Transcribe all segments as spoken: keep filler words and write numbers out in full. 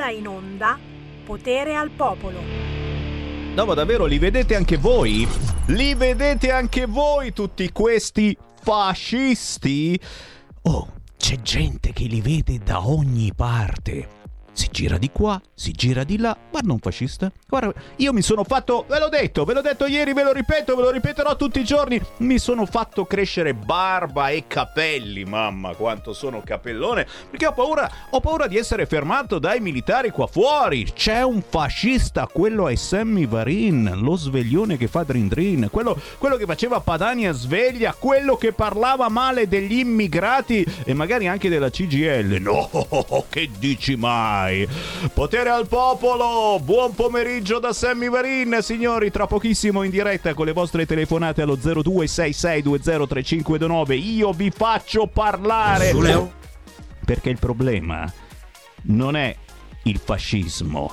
ora in onda Potere al Popolo. No, ma davvero, li vedete anche voi? Li vedete anche voi tutti questi fascisti? Oh, c'è gente che li vede da ogni parte. Si gira di qua, si gira di là. Guarda un fascista. Guarda, io mi sono fatto, ve l'ho detto, ve l'ho detto ieri, ve lo ripeto, ve lo ripeterò tutti i giorni. Mi sono fatto crescere barba e capelli. Mamma, quanto sono capellone. Perché ho paura, ho paura di essere fermato dai militari qua fuori. C'è un fascista, quello è Sammy Varin, lo sveglione che fa drin drin, quello, quello che faceva Padania sveglia, quello che parlava male degli immigrati e magari anche della C G I L. No, che dici mai? Potere al popolo, buon pomeriggio da Sammy Varin, signori, tra pochissimo in diretta con le vostre telefonate allo zero due sei sei due zero tre cinque due nove. Io vi faccio parlare perché il problema non è il fascismo,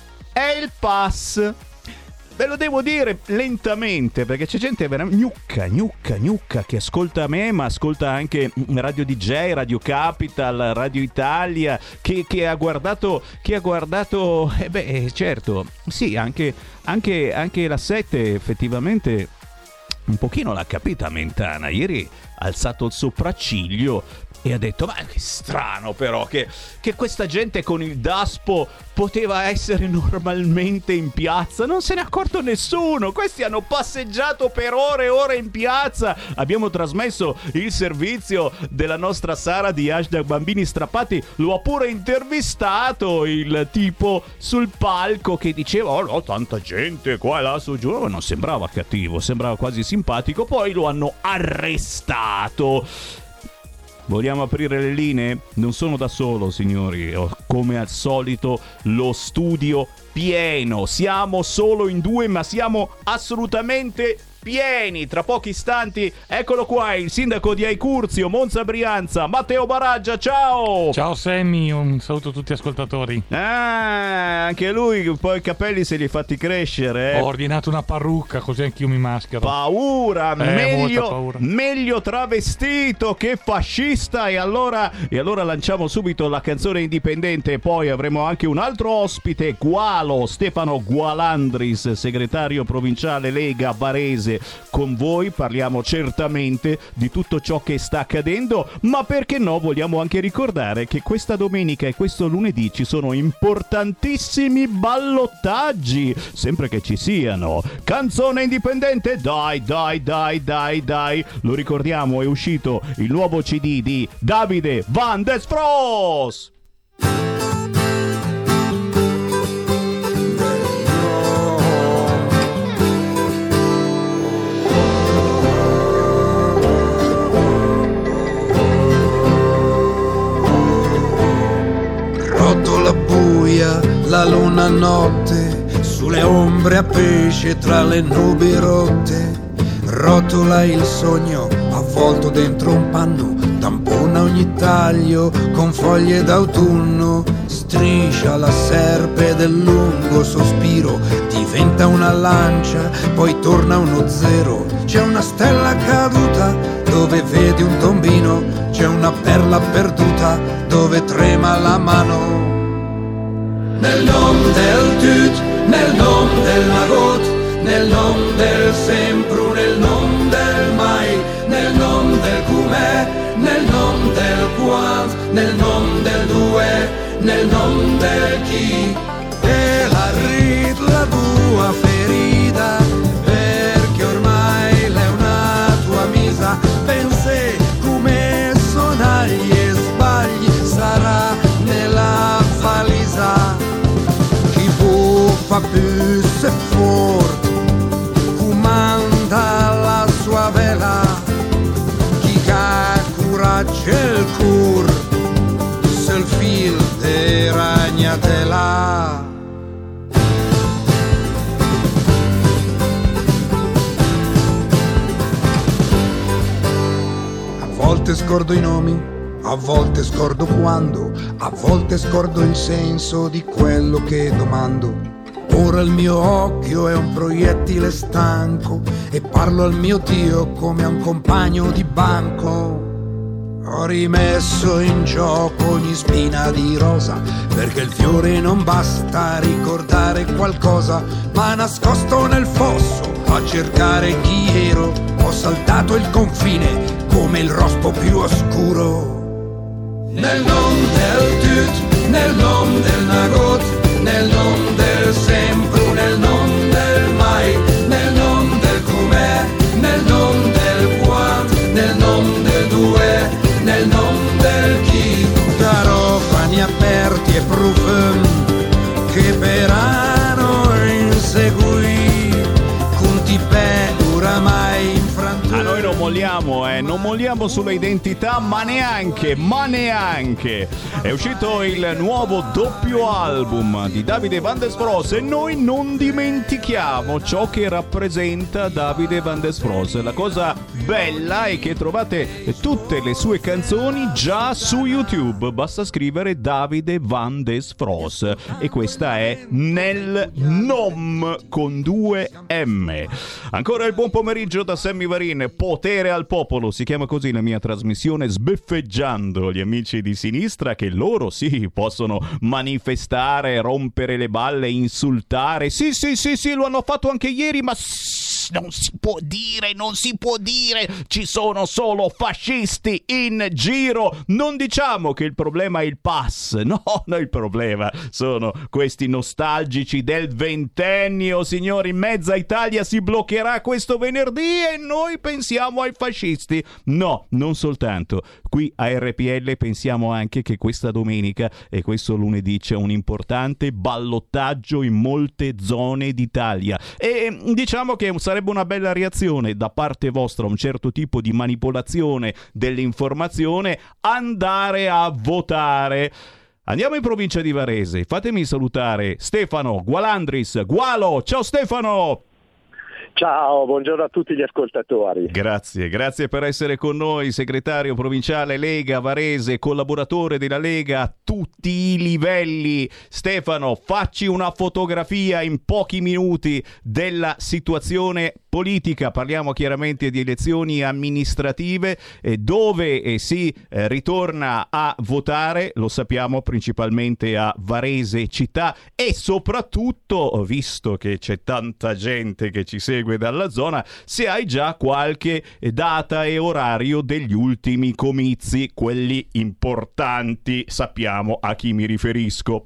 è il pass. Ve lo devo dire lentamente perché c'è gente veramente gnucca, gnucca, gnucca che ascolta me, ma ascolta anche Radio D J, Radio Capital, Radio Italia, che, che ha guardato, che ha guardato, eh beh, certo, sì, anche, anche, anche la sette effettivamente un pochino l'ha capita Mentana. Ieri ha alzato il sopracciglio e ha detto: ma che strano però che, che questa gente con il daspo poteva essere normalmente in piazza, non se ne è accorto nessuno, questi hanno passeggiato per ore e ore in piazza. Abbiamo trasmesso il servizio della nostra Sara di hashtag Bambini Strappati, lo ha pure intervistato il tipo sul palco che diceva: oh no, tanta gente qua e là su giù, non sembrava cattivo, sembrava quasi simpatico, poi lo hanno arrestato. Vogliamo aprire le linee? Non sono da solo, signori. Ho, come al solito, lo studio pieno. Siamo solo in due, ma siamo assolutamente pieni. Tra pochi istanti, eccolo qua, il sindaco di Aicurzio, Monza Brianza, Matteo Baraggia. Ciao! Ciao Sammy, un saluto a tutti gli ascoltatori. Ah, anche lui poi i capelli se li ha fatti crescere. Eh. Ho ordinato una parrucca, così anch'io mi maschero. Paura, eh, meglio, paura. meglio travestito che fascista. E allora, e allora lanciamo subito la canzone indipendente. Poi avremo anche un altro ospite, Gualo, Stefano Gualandris, segretario provinciale Lega Varese. Con voi parliamo certamente di tutto ciò che sta accadendo, ma perché no, vogliamo anche ricordare che questa domenica e questo lunedì ci sono importantissimi ballottaggi, sempre che ci siano. Canzone indipendente, dai dai dai dai dai, lo ricordiamo, è uscito il nuovo C D di Davide Van der Spross. La buia, la luna notte, sulle ombre a pesce tra le nubi rotte. Rotola il sogno, avvolto dentro un panno, tampona ogni taglio con foglie d'autunno. Striscia la serpe del lungo sospiro, diventa una lancia, poi torna uno zero. C'è una stella caduta dove vedi un tombino, c'è una perla perduta dove trema la mano. Nel nome del tut, nel nome del magot, nel nome del sempre, nel nome del mai, nel nome del com'è, nel nome del quant, nel nome del due, nel nome del chi. E la rid la tua ferita, perché ormai l'è una tua misa. Pensé come sonagli e sbagli sarà nella valisa. Fa più se fort, comanda la sua vela, chi ha coraggio il cur, se il fil de ragnatela. A volte scordo i nomi, a volte scordo quando, a volte scordo il senso di quello che domando. Ora il mio occhio è un proiettile stanco e parlo al mio Dio come a un compagno di banco. Ho rimesso in gioco ogni spina di rosa, perché il fiore non basta a ricordare qualcosa, ma nascosto nel fosso a cercare chi ero, ho saltato il confine come il rospo più oscuro. Nel nome del tut, nel nome del nagot, nel nome del sempre, nel nome del mai, nel nome del com'è, nel nome del quant, nel nome del due, nel nome del chi. Garofani aperti e profum che per anno insegui, conti pe oramai infranti. A noi non molliamo, eh, non molliamo sulle identità, ma neanche, ma neanche. È uscito il nuovo doppio album di Davide Van der Spross e noi non dimentichiamo ciò che rappresenta Davide Van der Spross. La cosa bella è che trovate tutte le sue canzoni già su YouTube, basta scrivere Davide Van der Spross e questa è Nel Nom con due M. Ancora il buon pomeriggio da Sammy Varin. Potere al popolo, si chiama così la mia trasmissione, sbeffeggiando gli amici di sinistra che loro sì possono manifestare, rompere le balle, insultare. Sì, sì, sì, sì, lo hanno fatto anche ieri, ma non si può dire, non si può dire, ci sono solo fascisti in giro. Non diciamo che il problema è il pass, no, no, il problema sono questi nostalgici del ventennio. Signori, mezza Italia si bloccherà questo venerdì e noi pensiamo ai fascisti. No, non soltanto. Qui a R P L pensiamo anche che questa domenica e questo lunedì c'è un importante ballottaggio in molte zone d'Italia e diciamo che sarebbe una bella reazione da parte vostra, un certo tipo di manipolazione dell'informazione, andare a votare. Andiamo in provincia di Varese, fatemi salutare Stefano Gualandris. Gualo, ciao Stefano! Ciao, buongiorno a tutti gli ascoltatori. Grazie, grazie per essere con noi, segretario provinciale Lega Varese, collaboratore della Lega a tutti i livelli. Stefano, facci una fotografia in pochi minuti della situazione politica. Parliamo chiaramente di elezioni amministrative eh, dove eh, si eh, ritorna a votare, lo sappiamo, principalmente a Varese città e soprattutto, visto che c'è tanta gente che ci segue dalla zona, se hai già qualche data e orario degli ultimi comizi, quelli importanti, sappiamo a chi mi riferisco.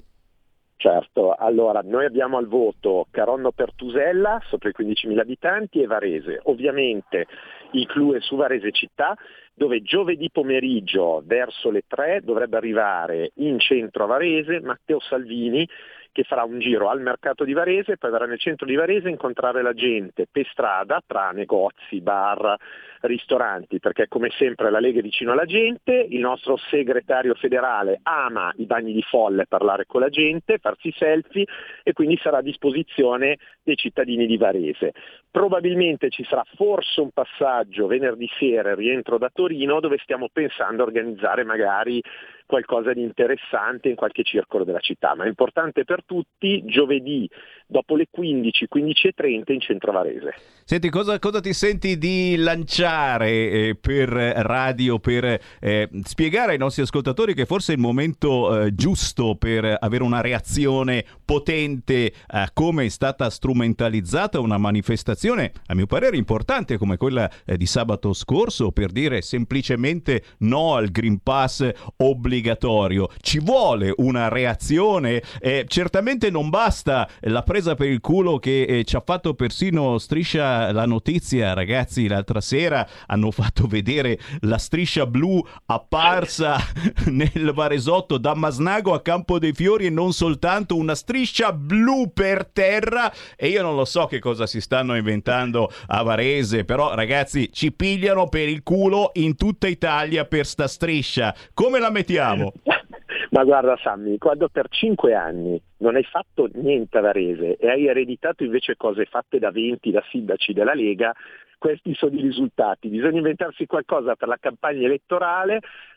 Certo, allora noi abbiamo al voto Caronno Pertusella, sopra i quindicimila abitanti, e Varese. Ovviamente il clou è su Varese città, dove giovedì pomeriggio verso le tre dovrebbe arrivare in centro a Varese Matteo Salvini, che farà un giro al mercato di Varese, poi verrà nel centro di Varese a incontrare la gente per strada, tra negozi, bar, ristoranti, perché come sempre la Lega è vicino alla gente. Il nostro segretario federale ama i bagni di folle, parlare con la gente, farsi selfie, e quindi sarà a disposizione dei cittadini di Varese. Probabilmente ci sarà forse un passaggio venerdì sera, rientro da Torino, dove stiamo pensando a organizzare magari qualcosa di interessante in qualche circolo della città, ma è importante per tutti, giovedì dopo le quindici, quindici e trenta in centro Varese. Senti, cosa, cosa ti senti di lanciare eh, per radio, per eh, spiegare ai nostri ascoltatori che forse è il momento eh, giusto per avere una reazione potente a come è stata strumentalizzata una manifestazione, a mio parere importante come quella eh, di sabato scorso, per dire semplicemente no al Green Pass obbligatorio. Ci vuole una reazione, eh, certamente non basta la presa per il culo che eh, ci ha fatto persino Striscia la Notizia. Ragazzi, l'altra sera hanno fatto vedere la striscia blu apparsa nel Varesotto da Masnago a Campo dei Fiori, e non soltanto, una striscia blu per terra, e io non lo so che cosa si stanno inventando a Varese, però ragazzi ci pigliano per il culo in tutta Italia per sta striscia. Come la mettiamo? Ma guarda Sammy, quando per cinque anni non hai fatto niente a Varese e hai ereditato invece cose fatte da venti, da sindaci della Lega, questi sono i risultati. Bisogna inventarsi qualcosa per la campagna elettorale,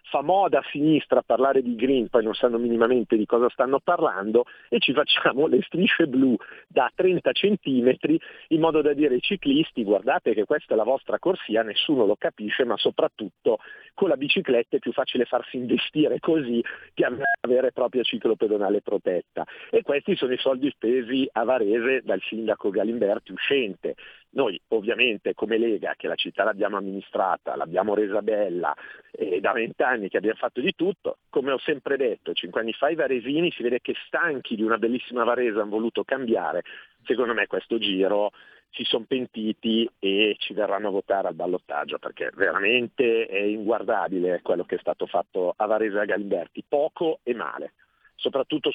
fa moda a sinistra parlare di green, poi non sanno minimamente di cosa stanno parlando, e ci facciamo le strisce blu da trenta centimetri in modo da dire ai ciclisti: guardate che questa è la vostra corsia, nessuno lo capisce, ma soprattutto con la bicicletta è più facile farsi investire così che avere propria ciclopedonale protetta. E questi sono i soldi spesi a Varese dal sindaco Galimberti uscente. Noi ovviamente come Lega, che la città l'abbiamo amministrata, l'abbiamo resa bella, e da vent'anni che abbiamo fatto di tutto, come ho sempre detto, cinque anni fa i varesini si vede che stanchi di una bellissima Varese hanno voluto cambiare. Secondo me questo giro si sono pentiti e ci verranno a votare al ballottaggio, perché veramente è inguardabile quello che è stato fatto a Varese e a Galimberti, poco e male, soprattutto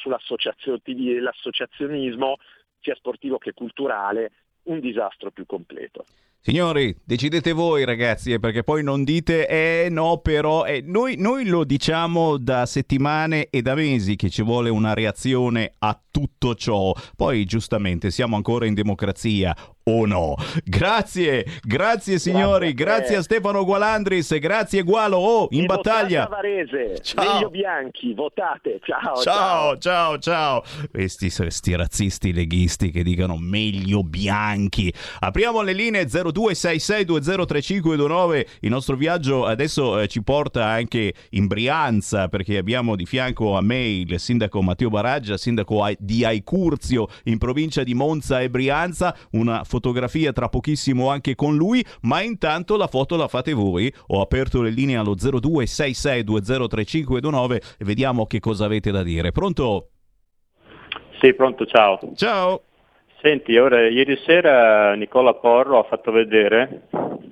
sull'associazionismo sia sportivo che culturale, un disastro più completo. Signori, decidete voi ragazzi, eh, perché poi non dite eh no però eh, noi, noi lo diciamo da settimane e da mesi che ci vuole una reazione a tutto ciò. Poi giustamente siamo ancora in democrazia o no? Grazie, grazie signori, grazie, grazie a Stefano Gualandris, grazie Gualo, oh, in e battaglia. Varese, ciao. Meglio bianchi, votate, ciao. Ciao, ciao, ciao. Questi, questi razzisti leghisti che dicono meglio bianchi. Apriamo le linee zero due sei sei due zero tre cinque due nove. Il nostro viaggio adesso eh, ci porta anche in Brianza, perché abbiamo di fianco a me il sindaco Matteo Baraggia, sindaco di Aicurzio in provincia di Monza e Brianza. Una fotografia tra pochissimo anche con lui, ma intanto la foto la fate voi. Ho aperto le linee allo zero due sei sei due zero tre cinque due nove e vediamo che cosa avete da dire. Pronto? Sì, pronto, ciao. Ciao. Senti, ora, ieri sera Nicola Porro ha fatto vedere,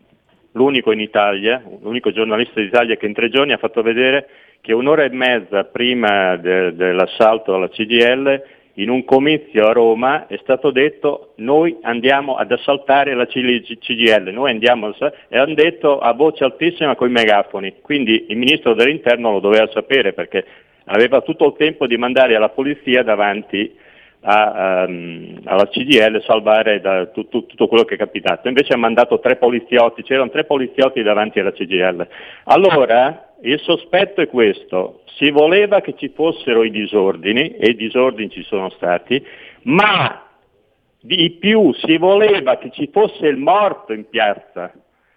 l'unico in Italia, l'unico giornalista d'Italia che in tre giorni ha fatto vedere che un'ora e mezza prima de, dell'assalto alla C G I L, in un comizio a Roma è stato detto: noi andiamo ad assaltare la C G I L, noi andiamo a... e hanno detto a voce altissima coi megafoni. Quindi il ministro dell'Interno lo doveva sapere, perché aveva tutto il tempo di mandare la polizia davanti a, um, alla C G I L, salvare da tu, tu, tutto quello che è capitato. Invece ha mandato tre poliziotti, c'erano tre poliziotti davanti alla C G I L. Allora il sospetto è questo: si voleva che ci fossero i disordini, e i disordini ci sono stati, ma di più si voleva che ci fosse il morto in piazza,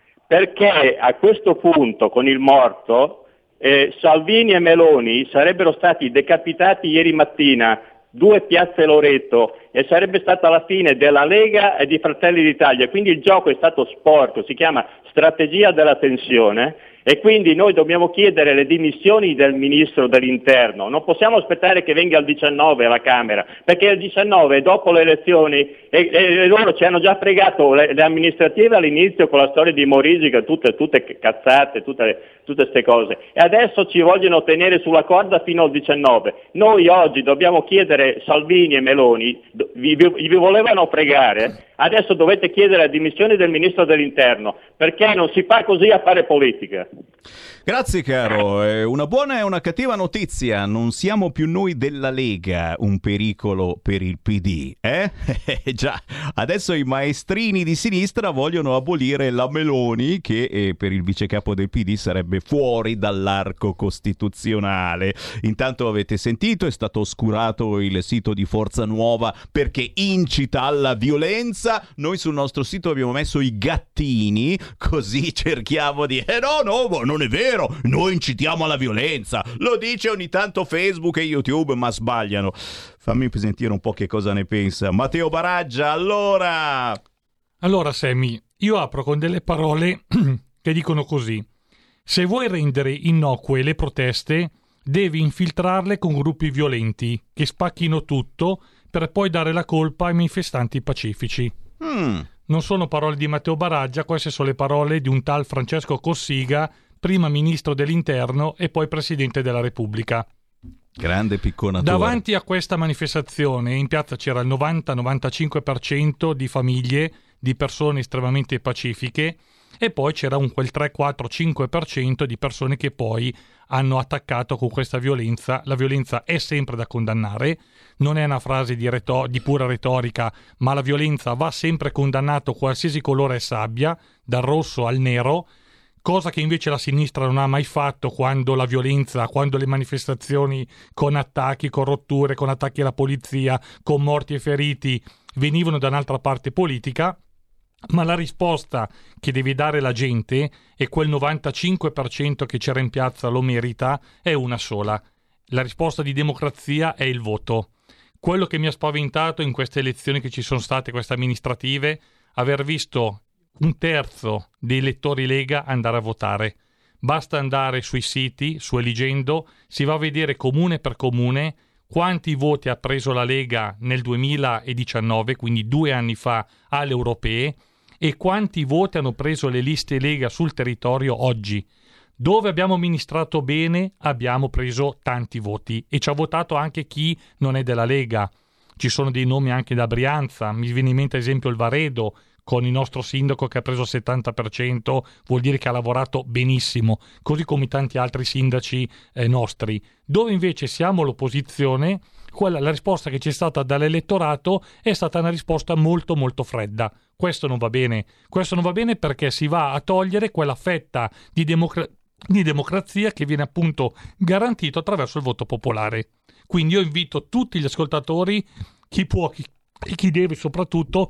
perché a questo punto con il morto eh, Salvini e Meloni sarebbero stati decapitati ieri mattina, due piazze Loreto, e sarebbe stata la fine della Lega e di Fratelli d'Italia. Quindi il gioco è stato sporco, si chiama strategia della tensione, e quindi noi dobbiamo chiedere le dimissioni del ministro dell'Interno. Non possiamo aspettare che venga il diciannove alla Camera, perché il diciannove, dopo le elezioni, e, e loro ci hanno già fregato le, le amministrative all'inizio con la storia di Morisica, tutte, tutte cazzate, tutte queste cose, e adesso ci vogliono tenere sulla corda fino al diciannove. Noi oggi dobbiamo chiedere Salvini e Meloni, vi, vi, vi volevano fregare, adesso dovete chiedere la dimissione del ministro dell'Interno, perché non si fa così a fare politica. Grazie caro, eh, una buona e una cattiva notizia: non siamo più noi della Lega un pericolo per il P D, eh? Già, adesso i maestrini di sinistra vogliono abolire la Meloni, che eh, per il vicecapo del P D sarebbe fuori dall'arco costituzionale. Intanto avete sentito, è stato oscurato il sito di Forza Nuova perché incita alla violenza. Noi sul nostro sito abbiamo messo i gattini, così cerchiamo di... Eh no, no, non è vero! Noi incitiamo alla violenza, lo dice ogni tanto Facebook e YouTube, ma sbagliano. Fammi sentire un po' che cosa ne pensa Matteo Baraggia. Allora allora Sammy, io apro con delle parole che dicono così: se vuoi rendere innocue le proteste, devi infiltrarle con gruppi violenti che spacchino tutto per poi dare la colpa ai manifestanti pacifici. mm. Non sono parole di Matteo Baraggia, queste sono le parole di un tal Francesco Cossiga, prima ministro dell'Interno e poi presidente della Repubblica. Grande picconatore. Davanti a questa manifestazione in piazza c'era il novanta novantacinque per cento di famiglie, di persone estremamente pacifiche, e poi c'era un quel tre quattro cinque per cento di persone che poi hanno attaccato con questa violenza. La violenza è sempre da condannare, non è una frase di, reto- di pura retorica, ma la violenza va sempre condannato qualsiasi colore essa abbia, dal rosso al nero. cosa che invece la sinistra non ha mai fatto quando la violenza, quando le manifestazioni con attacchi, con rotture, con attacchi alla polizia, con morti e feriti venivano da un'altra parte politica. Ma la risposta che deve dare la gente, e quel novantacinque per cento che c'era in piazza lo merita, è una sola. La risposta di democrazia è il voto. Quello che mi ha spaventato in queste elezioni che ci sono state, queste amministrative, aver visto un terzo dei elettori Lega andare a votare. Basta andare sui siti, su Eligendo, si va a vedere comune per comune quanti voti ha preso la Lega nel duemiladiciannove, quindi due anni fa alle europee, e quanti voti hanno preso le liste Lega sul territorio oggi. Dove abbiamo amministrato bene abbiamo preso tanti voti e ci ha votato anche chi non è della Lega. Ci sono dei nomi anche da Brianza, mi viene in mente ad esempio il Varedo, con il nostro sindaco che ha preso il settanta per cento, vuol dire che ha lavorato benissimo, così come tanti altri sindaci eh, nostri. Dove invece siamo l'opposizione, quella, la risposta che c'è stata dall'elettorato è stata una risposta molto molto fredda. Questo non va bene, questo non va bene perché si va a togliere quella fetta di, democra- di democrazia che viene appunto garantito attraverso il voto popolare. Quindi io invito tutti gli ascoltatori, chi può chi, e chi deve soprattutto,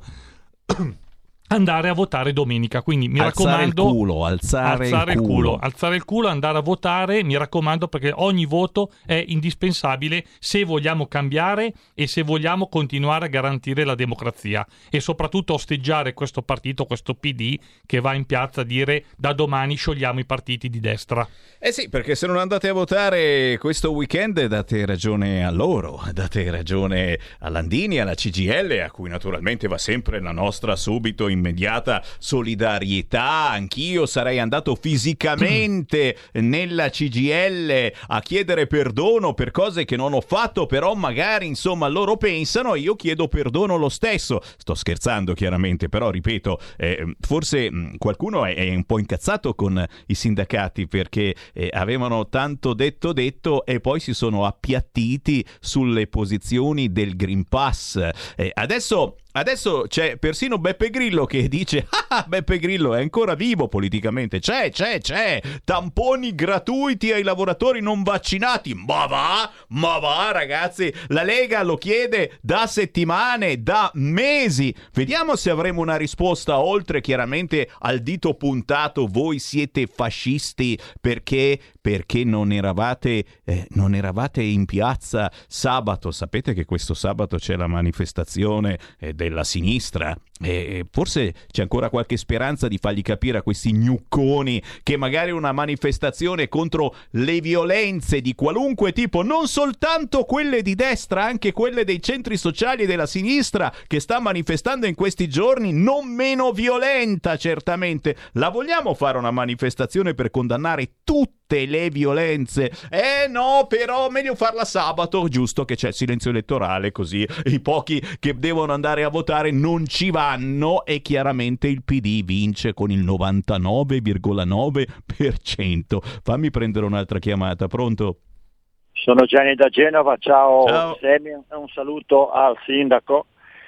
andare a votare domenica. Quindi mi alzare raccomando, il culo, alzare, alzare il, il culo. culo, alzare il culo, andare a votare, mi raccomando, perché ogni voto è indispensabile se vogliamo cambiare e se vogliamo continuare a garantire la democrazia e soprattutto osteggiare questo partito, questo P D che va in piazza a dire da domani sciogliamo i partiti di destra. Eh sì, perché se non andate a votare questo weekend date ragione a loro, date ragione a Landini, alla C G I L, a cui naturalmente va sempre la nostra subito immediata solidarietà. Anch'io sarei andato fisicamente nella C G I L a chiedere perdono per cose che non ho fatto, però magari insomma loro pensano e io chiedo perdono lo stesso. Sto scherzando chiaramente, però ripeto, eh, forse mh, qualcuno è, è un po' incazzato con i sindacati perché eh, avevano tanto detto detto e poi si sono appiattiti sulle posizioni del Green Pass. Eh, adesso Adesso c'è persino Beppe Grillo che dice ah, Beppe Grillo è ancora vivo politicamente. C'è, c'è, c'è. Tamponi gratuiti ai lavoratori non vaccinati. Ma va, ma va ragazzi. La Lega lo chiede da settimane, da mesi. Vediamo se avremo una risposta oltre chiaramente al dito puntato. Voi siete fascisti perché, perché non eravate, eh, non eravate in piazza sabato. Sapete che questo sabato c'è la manifestazione eh, della sinistra e forse c'è ancora qualche speranza di fargli capire a questi gnucconi che magari una manifestazione contro le violenze di qualunque tipo, non soltanto quelle di destra, anche quelle dei centri sociali e della sinistra che sta manifestando in questi giorni, non meno violenta certamente. La vogliamo fare una manifestazione per condannare tutte le violenze? Eh no, però meglio farla sabato, giusto che c'è il silenzio elettorale, così i pochi che devono andare a votare non ci vanno e chiaramente il P D vince con il novantanove virgola nove per cento. Fammi prendere un'altra chiamata, pronto? Sono Gianni da Genova, ciao, ciao. Semi, un saluto al sindaco.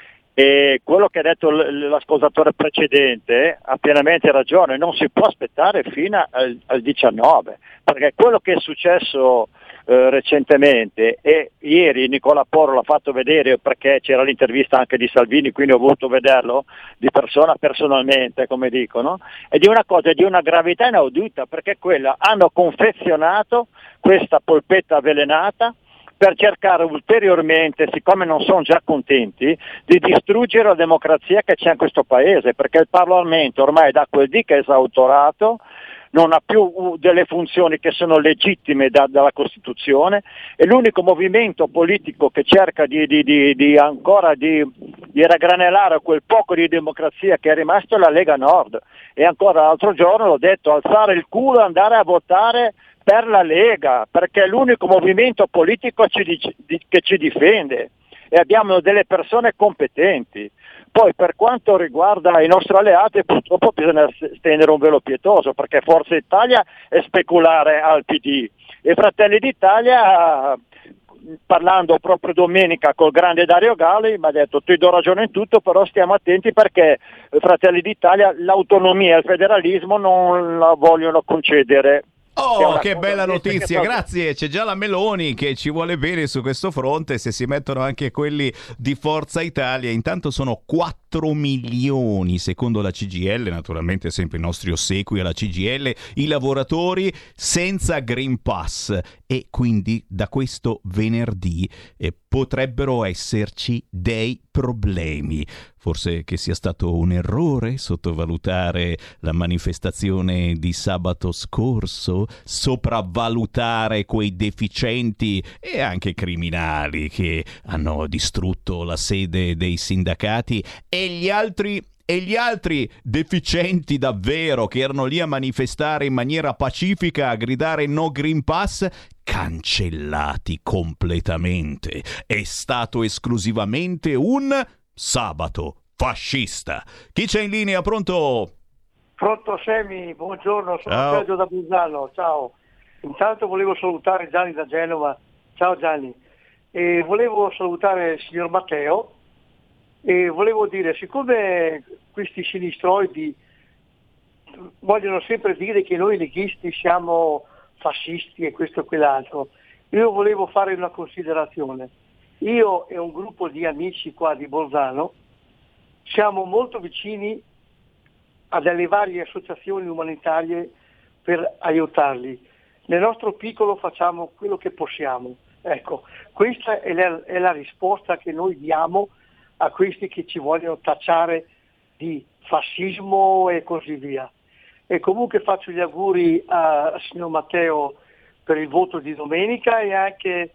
E quello che ha detto l- l'ascoltatore precedente ha pienamente ragione, non si può aspettare fino al, al diciannove, perché quello che è successo eh, recentemente, e ieri Nicola Porro l'ha fatto vedere perché c'era l'intervista anche di Salvini, quindi ho voluto vederlo di persona personalmente, come dicono, è di una cosa di una gravità inaudita, perché quella hanno confezionato questa polpetta avvelenata per cercare ulteriormente, siccome non sono già contenti, di distruggere la democrazia che c'è in questo paese, perché il Parlamento ormai da quel dì che è esautorato, non ha più uh, delle funzioni che sono legittime da, dalla Costituzione, e l'unico movimento politico che cerca di, di, di, di ancora di, di raggranellare quel poco di democrazia che è rimasto è la Lega Nord. E ancora l'altro giorno l'ho detto, alzare il culo e andare a votare per la Lega, perché è l'unico movimento politico ci di, di, che ci difende e abbiamo delle persone competenti. Poi per quanto riguarda i nostri alleati, purtroppo bisogna stendere un velo pietoso, perché Forza Italia è speculare al P D e Fratelli d'Italia parlando proprio domenica col grande Dario Galli, mi ha detto ti do ragione in tutto, però stiamo attenti perché Fratelli d'Italia l'autonomia e il federalismo non la vogliono concedere. Oh, che bella notizia, grazie. C'è già la Meloni che ci vuole bene su questo fronte. Se si mettono anche quelli di Forza Italia, intanto sono quattro milioni secondo la C G I L, naturalmente sempre i nostri ossequi alla C G I L, i lavoratori senza Green Pass, e quindi da questo venerdì eh, potrebbero esserci dei problemi. Forse che sia stato un errore sottovalutare la manifestazione di sabato scorso, sopravvalutare quei deficienti e anche criminali che hanno distrutto la sede dei sindacati, e gli altri e gli altri deficienti davvero che erano lì a manifestare in maniera pacifica, a gridare no Green Pass, cancellati completamente. È stato esclusivamente un sabato fascista. Chi c'è in linea? Pronto? Pronto Semi, buongiorno, sono Ciao. Sergio da Buzzano, ciao. Intanto volevo salutare Gianni da Genova, ciao Gianni. E volevo salutare il signor Matteo e volevo dire, siccome questi sinistroidi vogliono sempre dire che noi leghisti siamo fascisti e questo e quell'altro, io volevo fare una considerazione. Io e un gruppo di amici qua di Bolzano siamo molto vicini a delle varie associazioni umanitarie per aiutarli. Nel nostro piccolo facciamo quello che possiamo. Ecco, questa è la, è la risposta che noi diamo a questi che ci vogliono tacciare di fascismo e così via. E comunque faccio gli auguri al signor Matteo per il voto di domenica e anche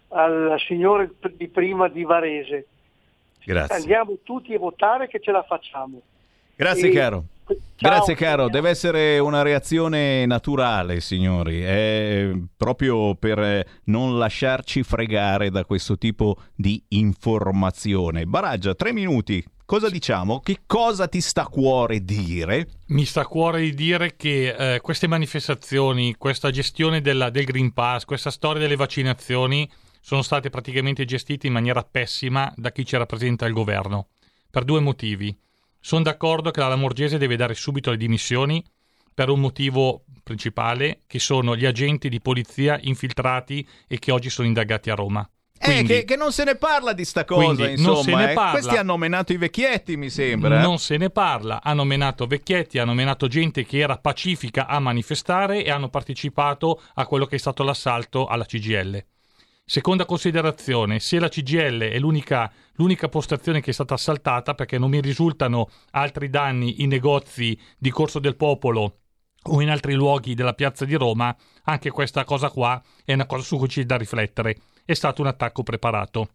al signore di prima di Varese. Grazie. Andiamo tutti a votare che ce la facciamo. Grazie E... caro. Ciao. Grazie caro, deve essere una reazione naturale, signori, è proprio per non lasciarci fregare da questo tipo di informazione. Baraggia, tre minuti, cosa diciamo? Che cosa ti sta a cuore dire? Mi sta a cuore di dire che eh, queste manifestazioni, questa gestione della, del Green Pass, questa storia delle vaccinazioni sono state praticamente gestite in maniera pessima da chi ci rappresenta il governo, per due motivi. Sono d'accordo che la Lamorgese deve dare subito le dimissioni per un motivo principale, che sono gli agenti di polizia infiltrati e che oggi sono indagati a Roma. Quindi, eh, che, che non se ne parla di sta cosa, quindi, insomma. non se ne eh. parla. Questi hanno menato i vecchietti, mi sembra. Non se ne parla, hanno menato vecchietti, hanno menato gente che era pacifica a manifestare e hanno partecipato a quello che è stato l'assalto alla C G I L. Seconda considerazione, se la C G I L è l'unica, l'unica postazione che è stata assaltata, perché non mi risultano altri danni in negozi di Corso del Popolo o in altri luoghi della piazza di Roma, anche questa cosa qua è una cosa su cui c'è da riflettere. È stato un attacco preparato.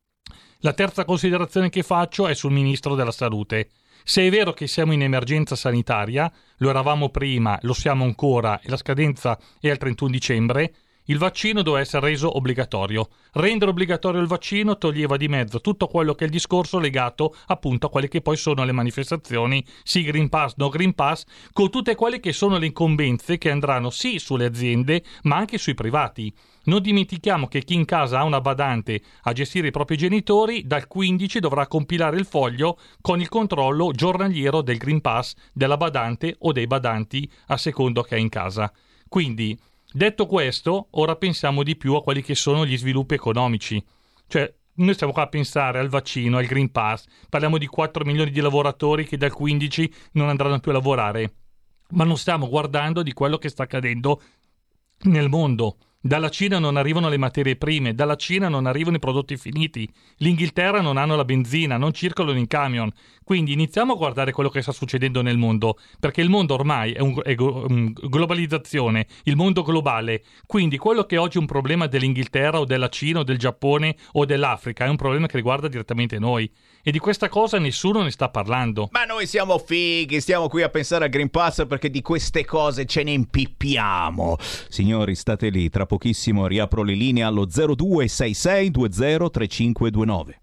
La terza considerazione che faccio è sul Ministro della Salute. Se è vero che siamo in emergenza sanitaria, lo eravamo prima, lo siamo ancora e la scadenza è al trentuno dicembre, il vaccino doveva essere reso obbligatorio. Rendere obbligatorio il vaccino toglieva di mezzo tutto quello che è il discorso legato appunto a quelle che poi sono le manifestazioni, sì Green Pass, no Green Pass, con tutte quelle che sono le incombenze che andranno sì sulle aziende ma anche sui privati. Non dimentichiamo che chi in casa ha una badante a gestire i propri genitori dal quindici dovrà compilare il foglio con il controllo giornaliero del Green Pass della badante o dei badanti a secondo che è in casa. Quindi, detto questo, ora pensiamo di più a quelli che sono gli sviluppi economici. Cioè, noi stiamo qua a pensare al vaccino, al Green Pass, parliamo di quattro milioni di lavoratori che dal quindici non andranno più a lavorare, ma non stiamo guardando di quello che sta accadendo nel mondo. Dalla Cina non arrivano le materie prime, dalla Cina non arrivano i prodotti finiti, l'Inghilterra non hanno la benzina, non circolano in camion. Quindi iniziamo a guardare quello che sta succedendo nel mondo, perché il mondo ormai è, un, è um, globalizzazione, il mondo globale. Quindi quello che oggi è un problema dell'Inghilterra o della Cina o del Giappone o dell'Africa è un problema che riguarda direttamente noi. E di questa cosa nessuno ne sta parlando. Ma noi siamo fighi, stiamo qui a pensare al Green Pass perché di queste cose ce ne impippiamo. Signori, state lì, tra pochissimo riapro le linee allo zero due sei sei due zero tre cinque due nove.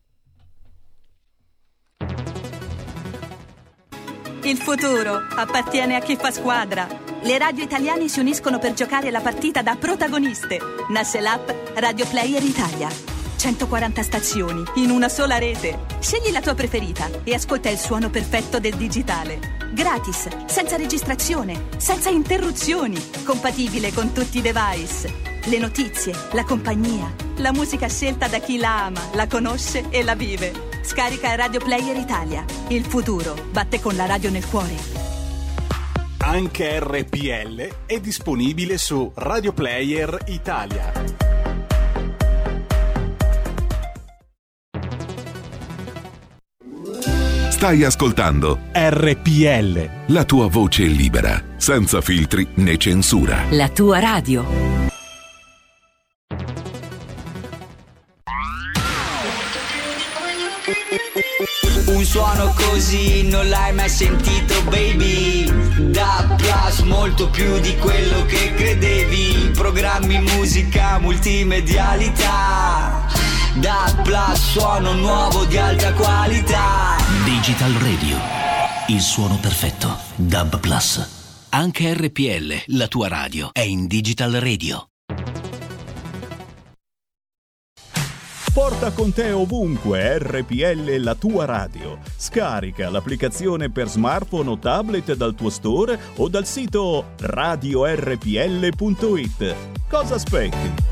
Il futuro appartiene a chi fa squadra. Le radio italiane si uniscono per giocare la partita da protagoniste. Nasce l'app Radio Player Italia. centoquaranta stazioni in una sola rete. Scegli la tua preferita e ascolta il suono perfetto del digitale. Gratis, senza registrazione, senza interruzioni, compatibile con tutti i device. Le notizie, la compagnia, la musica scelta da chi la ama, la conosce e la vive. Scarica Radio Player Italia. Il futuro batte con la radio nel cuore. Anche R P L è disponibile su Radio Player Italia. Stai ascoltando R P L, la tua voce libera, senza filtri né censura. La tua radio. Un suono così non l'hai mai sentito, baby. Da Plus, molto più di quello che credevi. Programmi, musica, multimedialità. Da Plus, suono nuovo di alta qualità. Digital Radio, il suono perfetto. Dub Plus. Anche R P L, la tua radio, è in Digital Radio. Porta con te ovunque R P L, la tua radio. Scarica l'applicazione per smartphone o tablet dal tuo store o dal sito radio erre pi elle punto it. Cosa aspetti?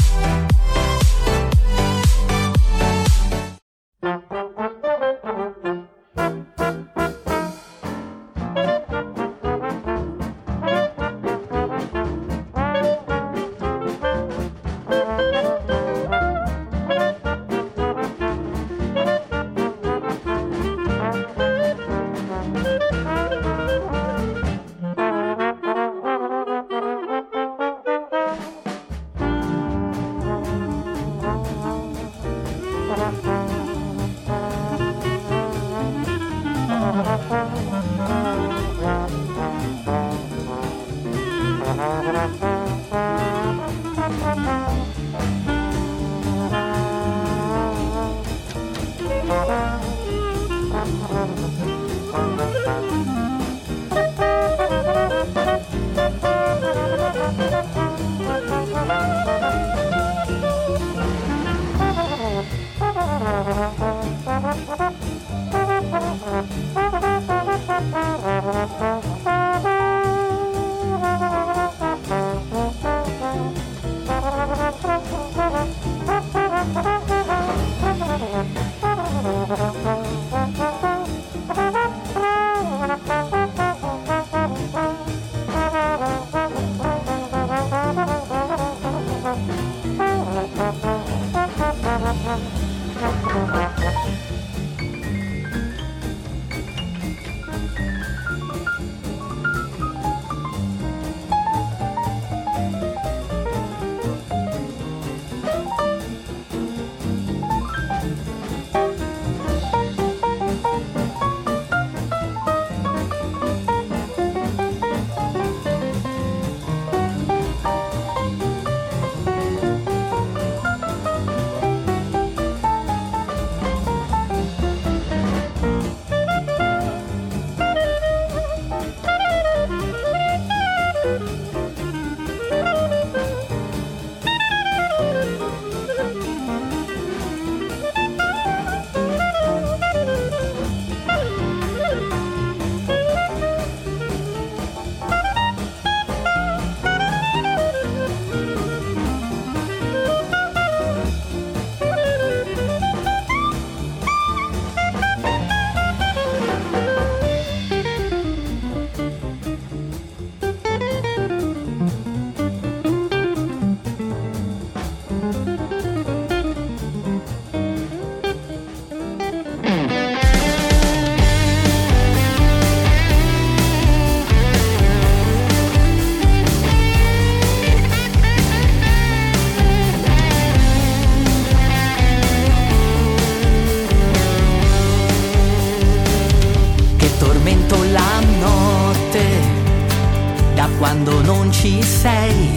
quando non ci sei.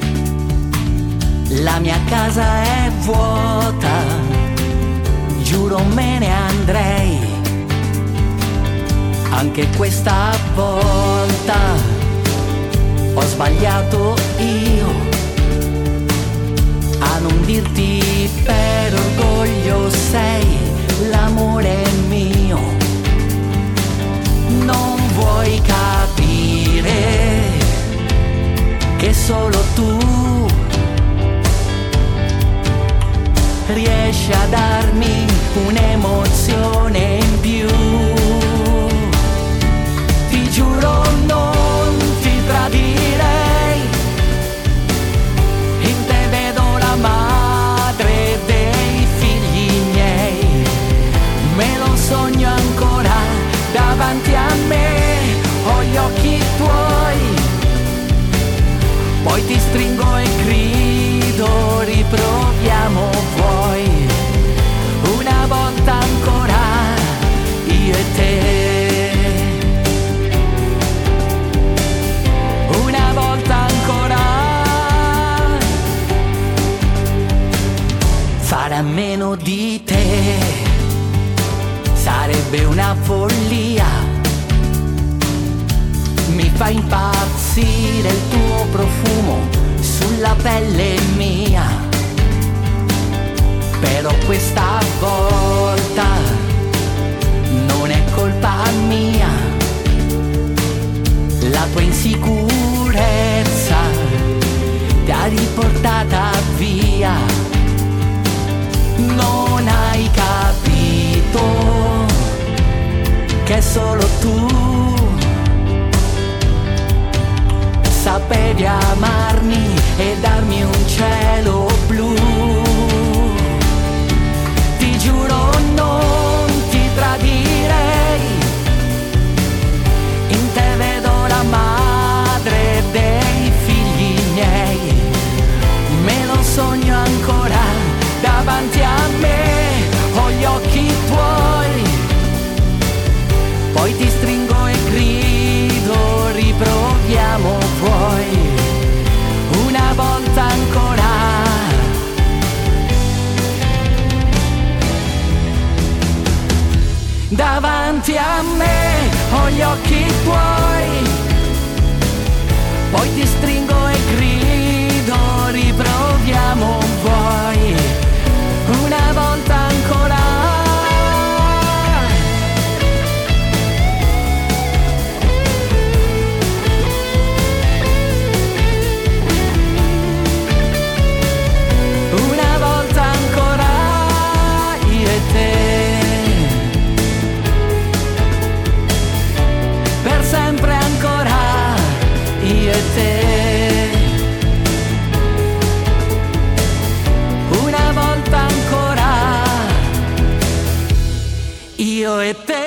La mia casa è vuota, giuro me ne andrei. Anche questa volta ho sbagliato io a non dirti perdono. riesci a darmi un'emozione in più. Ti giuro non ti tradirei, in te vedo la madre dei figli miei. Me lo sogno ancora davanti a me, ho gli occhi tuoi, poi ti stringo e grido, riproviamo vuoi, una volta ancora io e te, una volta ancora. Fare a meno di te sarebbe una follia, mi fa impazzire il tuo profumo sulla pelle mia, però questa volta non è colpa mia, la tua insicurezza ti ha riportata via, non hai capito che solo tu sapevi amarmi e darmi un cielo blu. Ti giuro non ti tradirei, in te vedo la madre dei figli miei. Me lo sogno ancora davanti a me, ho gli occhi tuoi, poi ti stringo e grido, riproviamo vuoi, una volta ancora. Davanti a me ho gli occhi tuoi, poi ti stringo e grido, riproviamo vuoi, una volta ancora. Sempre ancora io e te, una volta ancora io e te.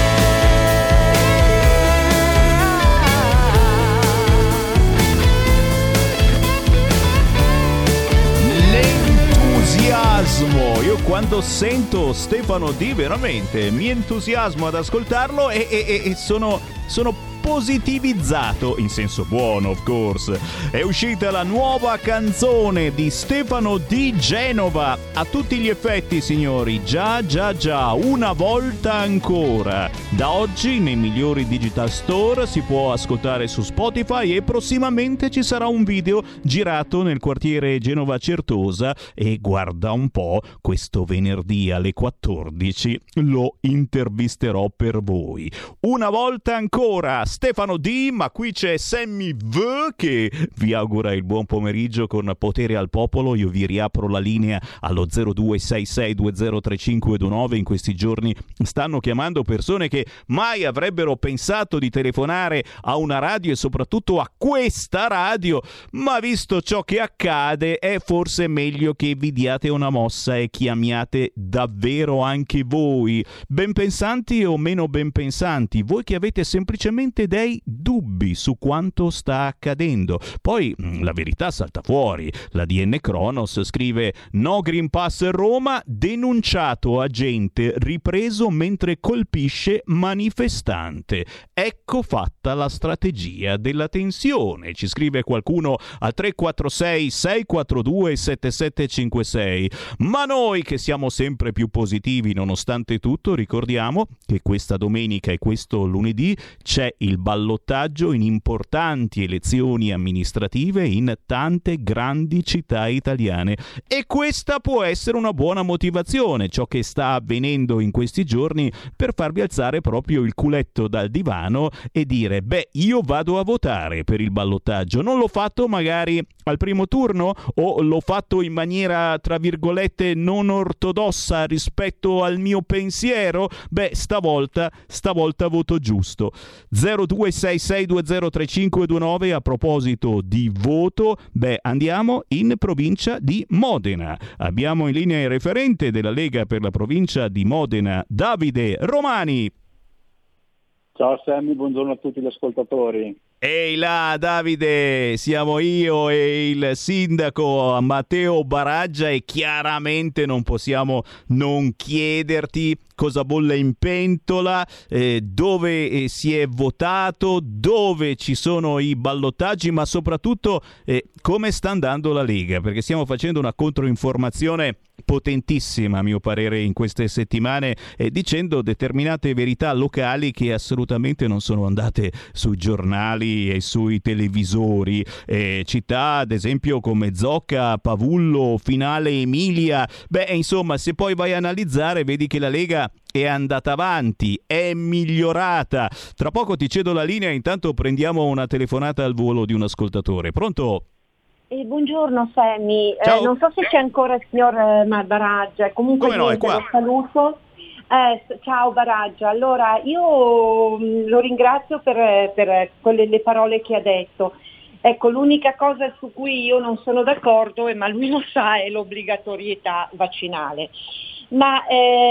L'entusiasmo, io quando sento Stefano D veramente mi entusiasmo ad ascoltarlo e, e, e sono, sono positivizzato, in senso buono of course. È uscita la nuova canzone di Stefano di Genova, a tutti gli effetti signori, già già già, una volta ancora. Da oggi nei migliori digital store si può ascoltare su Spotify e prossimamente ci sarà un video girato nel quartiere Genova Certosa e guarda un po', questo venerdì alle quattordici lo intervisterò per voi. Una volta ancora Stefano D, ma qui c'è Sammy V che vi augura il buon pomeriggio con Potere al Popolo. Io vi riapro la linea allo zero due sei sei due zero tre cinque due nove. In questi giorni stanno chiamando persone che mai avrebbero pensato di telefonare a una radio e soprattutto a questa radio, ma visto ciò che accade è forse meglio che vi diate una mossa e chiamiate davvero anche voi, ben pensanti o meno ben pensanti, voi che avete semplicemente dei dubbi su quanto sta accadendo. Poi la verità salta fuori. La D N Cronos scrive: no Green Pass Roma, denunciato agente ripreso mentre colpisce manifestante. Ecco fatta la strategia della tensione, ci scrive qualcuno a tre quattro sei sei quattro due sette sette cinque sei. Ma noi che siamo sempre più positivi nonostante tutto, ricordiamo che questa domenica e questo lunedì c'è il il ballottaggio in importanti elezioni amministrative in tante grandi città italiane. E questa può essere una buona motivazione, ciò che sta avvenendo in questi giorni, per farvi alzare proprio il culetto dal divano e dire: beh, io vado a votare per il ballottaggio. Non l'ho fatto magari al primo turno, o l'ho fatto in maniera tra virgolette non ortodossa rispetto al mio pensiero? Beh, stavolta stavolta voto giusto. zero due sei sei due zero tre cinque due nove. A proposito di voto, beh, andiamo in provincia di Modena. Abbiamo in linea il referente della Lega per la provincia di Modena, Davide Romani. Ciao Sammy, buongiorno a tutti gli ascoltatori. Ehi là Davide, siamo io e il sindaco Matteo Baraggia, e chiaramente non possiamo non chiederti cosa bolle in pentola, eh, dove eh, si è votato, dove ci sono i ballottaggi, ma soprattutto eh, come sta andando la Lega, perché stiamo facendo una controinformazione potentissima, a mio parere, in queste settimane, eh, dicendo determinate verità locali che assolutamente non sono andate sui giornali e sui televisori. Eh, città ad esempio come Zocca, Pavullo, Finale Emilia. Beh, insomma, se poi vai a analizzare vedi che la Lega è andata avanti, è migliorata. Tra poco ti cedo la linea, intanto prendiamo una telefonata al volo di un ascoltatore. Pronto? Eh, buongiorno Sammy, eh, non so se c'è ancora il signor eh, Baraggia, comunque Come no, niente, è qua. lo saluto. Eh, ciao Baraggia, allora io mh, lo ringrazio per, per quelle le parole che ha detto. Ecco, l'unica cosa su cui io non sono d'accordo, e ma lui lo sa, è l'obbligatorietà vaccinale. Ma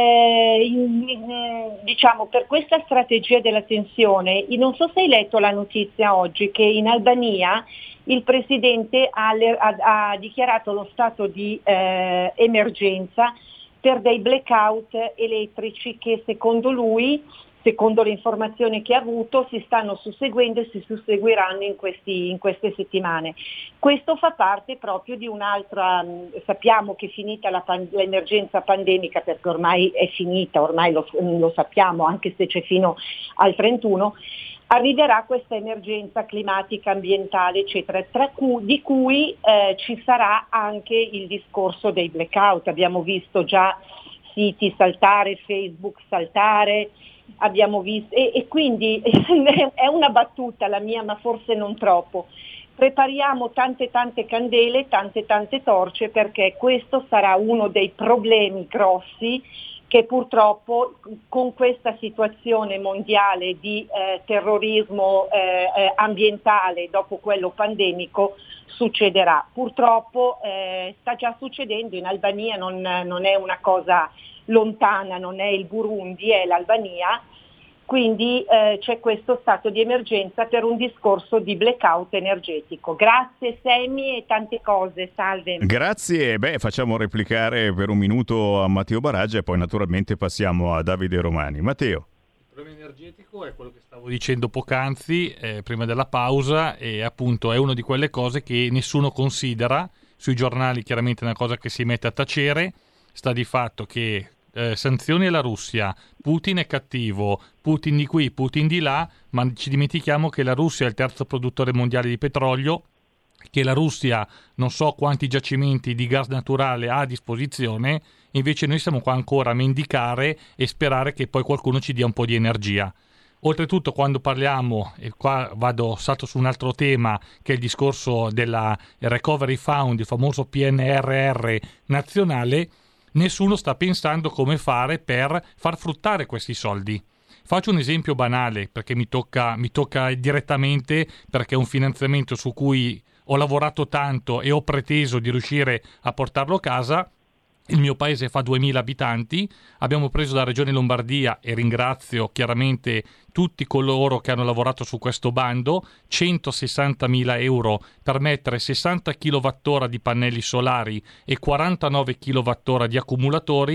eh, in, in, diciamo per questa strategia della tensione, non so se hai letto la notizia oggi che in Albania il Presidente ha, ha, ha dichiarato lo stato di eh, emergenza per dei blackout elettrici che secondo lui, secondo le informazioni che ha avuto, si stanno susseguendo e si susseguiranno in, questi, in queste settimane. Questo fa parte proprio di un'altra, sappiamo che è finita la pan- l'emergenza pandemica, perché ormai è finita, ormai lo, lo sappiamo, anche se c'è fino al trentuno, arriverà questa emergenza climatica, ambientale, eccetera, tra cui, di cui eh, ci sarà anche il discorso dei blackout. Abbiamo visto già siti saltare, Facebook saltare, abbiamo visto, e, e quindi è una battuta la mia, ma forse non troppo. Prepariamo tante tante candele, tante tante torce, perché questo sarà uno dei problemi grossi che purtroppo con questa situazione mondiale di eh, terrorismo eh, eh, ambientale dopo quello pandemico succederà. Purtroppo eh, sta già succedendo in Albania, non, non è una cosa lontana, non è il Burundi, è l'Albania. Quindi eh, c'è questo stato di emergenza per un discorso di blackout energetico. Grazie Sammy e tante cose, salve. Grazie, beh, facciamo replicare per un minuto a Matteo Baraggia e poi naturalmente passiamo a Davide Romani. Matteo. Il problema energetico è quello che stavo dicendo poc'anzi, eh, prima della pausa, e appunto è una di quelle cose che nessuno considera. Sui giornali chiaramente è una cosa che si mette a tacere, sta di fatto che Eh, sanzioni alla Russia, Putin è cattivo, Putin di qui, Putin di là, ma ci dimentichiamo che la Russia è il terzo produttore mondiale di petrolio, che la Russia non so quanti giacimenti di gas naturale ha a disposizione, invece noi siamo qua ancora a mendicare e sperare che poi qualcuno ci dia un po' di energia. Oltretutto, quando parliamo, e qua vado salto su un altro tema, che è il discorso della Recovery Fund, il famoso P N R R nazionale, nessuno sta pensando come fare per far fruttare questi soldi. Faccio un esempio banale, perché mi tocca, mi tocca direttamente, perché è un finanziamento su cui ho lavorato tanto e ho preteso di riuscire a portarlo a casa. Il mio paese fa duemila abitanti, abbiamo preso da Regione Lombardia, e ringrazio chiaramente tutti coloro che hanno lavorato su questo bando, centosessantamila euro per mettere sessanta chilowattora di pannelli solari e quarantanove chilowattora di accumulatori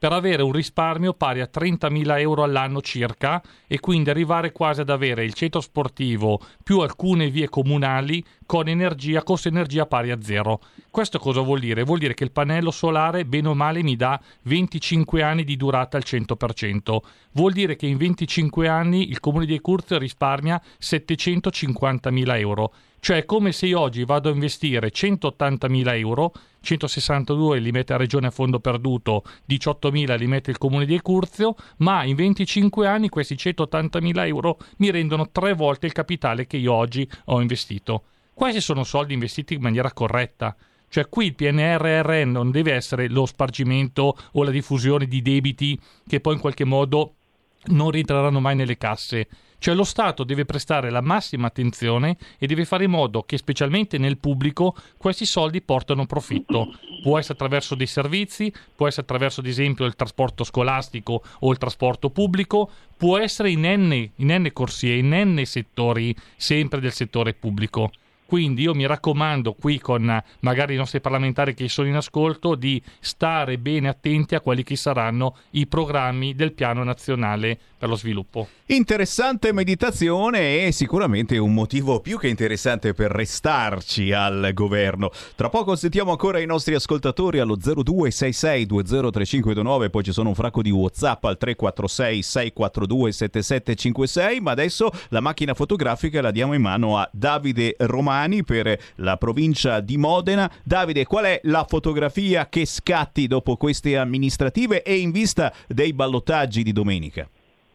per avere un risparmio pari a trentamila euro all'anno circa, e quindi arrivare quasi ad avere il centro sportivo più alcune vie comunali con energia, costo energia pari a zero. Questo cosa vuol dire? Vuol dire che il pannello solare bene o male mi dà venticinque anni di durata al cento per cento. Vuol dire che in venticinque anni il Comune di Curzio risparmia settecentocinquantamila euro. Cioè è come se io oggi vado a investire centottantamila euro, centosessantadue li mette la Regione a fondo perduto, diciottomila li mette il Comune di Curzio, ma in venticinque anni questi centottantamila euro mi rendono tre volte il capitale che io oggi ho investito. Questi sono soldi investiti in maniera corretta. Cioè qui il P N R R non deve essere lo spargimento o la diffusione di debiti che poi in qualche modo non rientreranno mai nelle casse. Cioè lo Stato deve prestare la massima attenzione e deve fare in modo che, specialmente nel pubblico, questi soldi portano profitto. Può essere attraverso dei servizi, può essere attraverso ad esempio il trasporto scolastico o il trasporto pubblico, può essere in n, in n corsie, in n settori, sempre del settore pubblico. Quindi io mi raccomando qui con magari i nostri parlamentari che sono in ascolto di stare bene attenti a quelli che saranno i programmi del Piano Nazionale per lo Sviluppo. Interessante meditazione e sicuramente un motivo più che interessante per restarci al governo. Tra poco sentiamo ancora i nostri ascoltatori allo zero due sei sei due zero tre cinque due nove, poi ci sono un fracco di WhatsApp al tre quattro sei sei quattro due sette sette cinque sei, ma adesso la macchina fotografica la diamo in mano a Davide Romani per la provincia di Modena. Davide, qual è la fotografia che scatti dopo queste amministrative e in vista dei ballottaggi di domenica?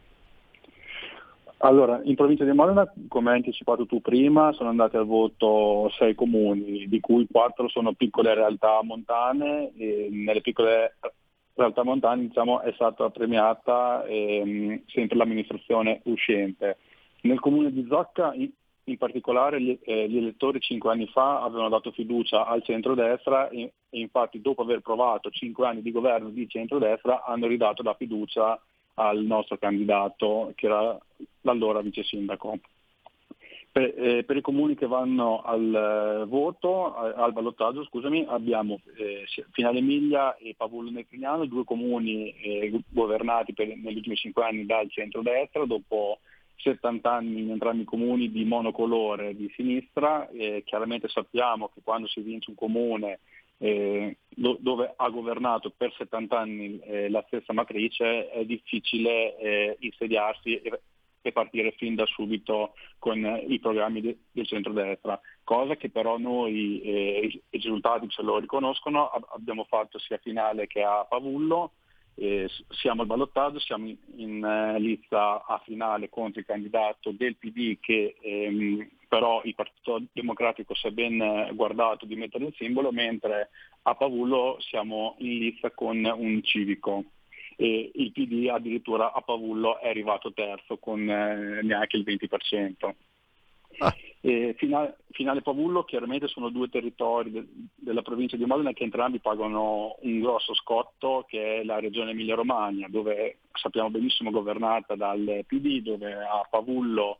Allora, in provincia di Modena, come hai anticipato tu prima, sono andati al voto sei comuni, di cui quattro sono piccole realtà montane, e nelle piccole realtà montane, diciamo, è stata premiata ehm, sempre l'amministrazione uscente. Nel comune di Zocca, in, in particolare, gli, eh, gli elettori cinque anni fa avevano dato fiducia al centrodestra e, e infatti dopo aver provato cinque anni di governo di centrodestra hanno ridato la fiducia al nostro candidato, che era l'allora vice sindaco. Per, eh, per i comuni che vanno al eh, voto, al, al ballottaggio, scusami, abbiamo eh, Finale Emilia e Pavullo Necrignano, due comuni eh, governati per, negli ultimi cinque anni dal centrodestra, dopo settanta anni in entrambi i comuni di monocolore di sinistra. Eh, chiaramente sappiamo che quando si vince un comune Eh, do, dove ha governato per settanta anni eh, la stessa matrice, è difficile eh, insediarsi e, e partire fin da subito con eh, i programmi de, del centrodestra, cosa che però noi eh, i, i risultati ce lo riconoscono. Ab- abbiamo fatto sia Finale che a Pavullo, eh, siamo al ballottaggio, siamo in, in eh, lista a Finale contro il candidato del P D che ehm, però il Partito Democratico si è ben guardato di mettere il simbolo, mentre a Pavullo siamo in lista con un civico e il P D addirittura a Pavullo è arrivato terzo con eh, neanche il venti per cento. Ah. E finale, finale Pavullo chiaramente sono due territori de, della provincia di Modena che entrambi pagano un grosso scotto, che è la regione Emilia-Romagna, dove sappiamo benissimo governata dal P D, dove a Pavullo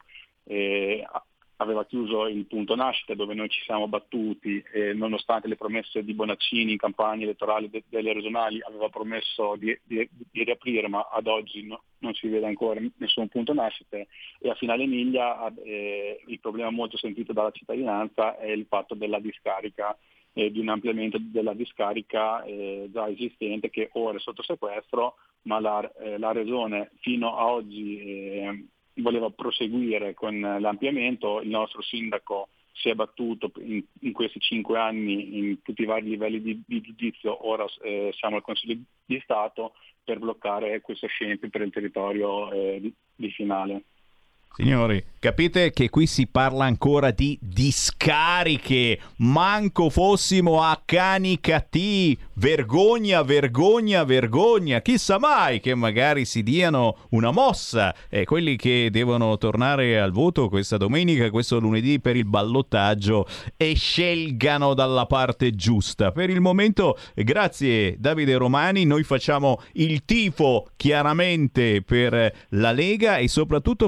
eh, aveva chiuso il punto nascita dove noi ci siamo battuti e nonostante le promesse di Bonaccini in campagna elettorale de- delle regionali aveva promesso di, di, di riaprire, ma ad oggi no, non si vede ancora nessun punto nascita. E a Finale Emilia eh, il problema molto sentito dalla cittadinanza è il fatto della discarica, eh, di un ampliamento della discarica eh, già esistente che ora è sotto sequestro, ma la, eh, la regione fino a oggi eh, voleva proseguire con l'ampliamento. Il nostro sindaco si è battuto in, in questi cinque anni in tutti i vari livelli di, di giudizio, ora eh, siamo al Consiglio di Stato per bloccare questo scempio per il territorio eh, di, di Finale. Signori, capite che qui si parla ancora di discariche, manco fossimo a Canicattì, vergogna, vergogna, vergogna, chissà mai che magari si diano una mossa e eh, quelli che devono tornare al voto questa domenica, questo lunedì per il ballottaggio e scelgano dalla parte giusta. Per il momento, grazie Davide Romani, noi facciamo il tifo chiaramente per la Lega e soprattutto facciamo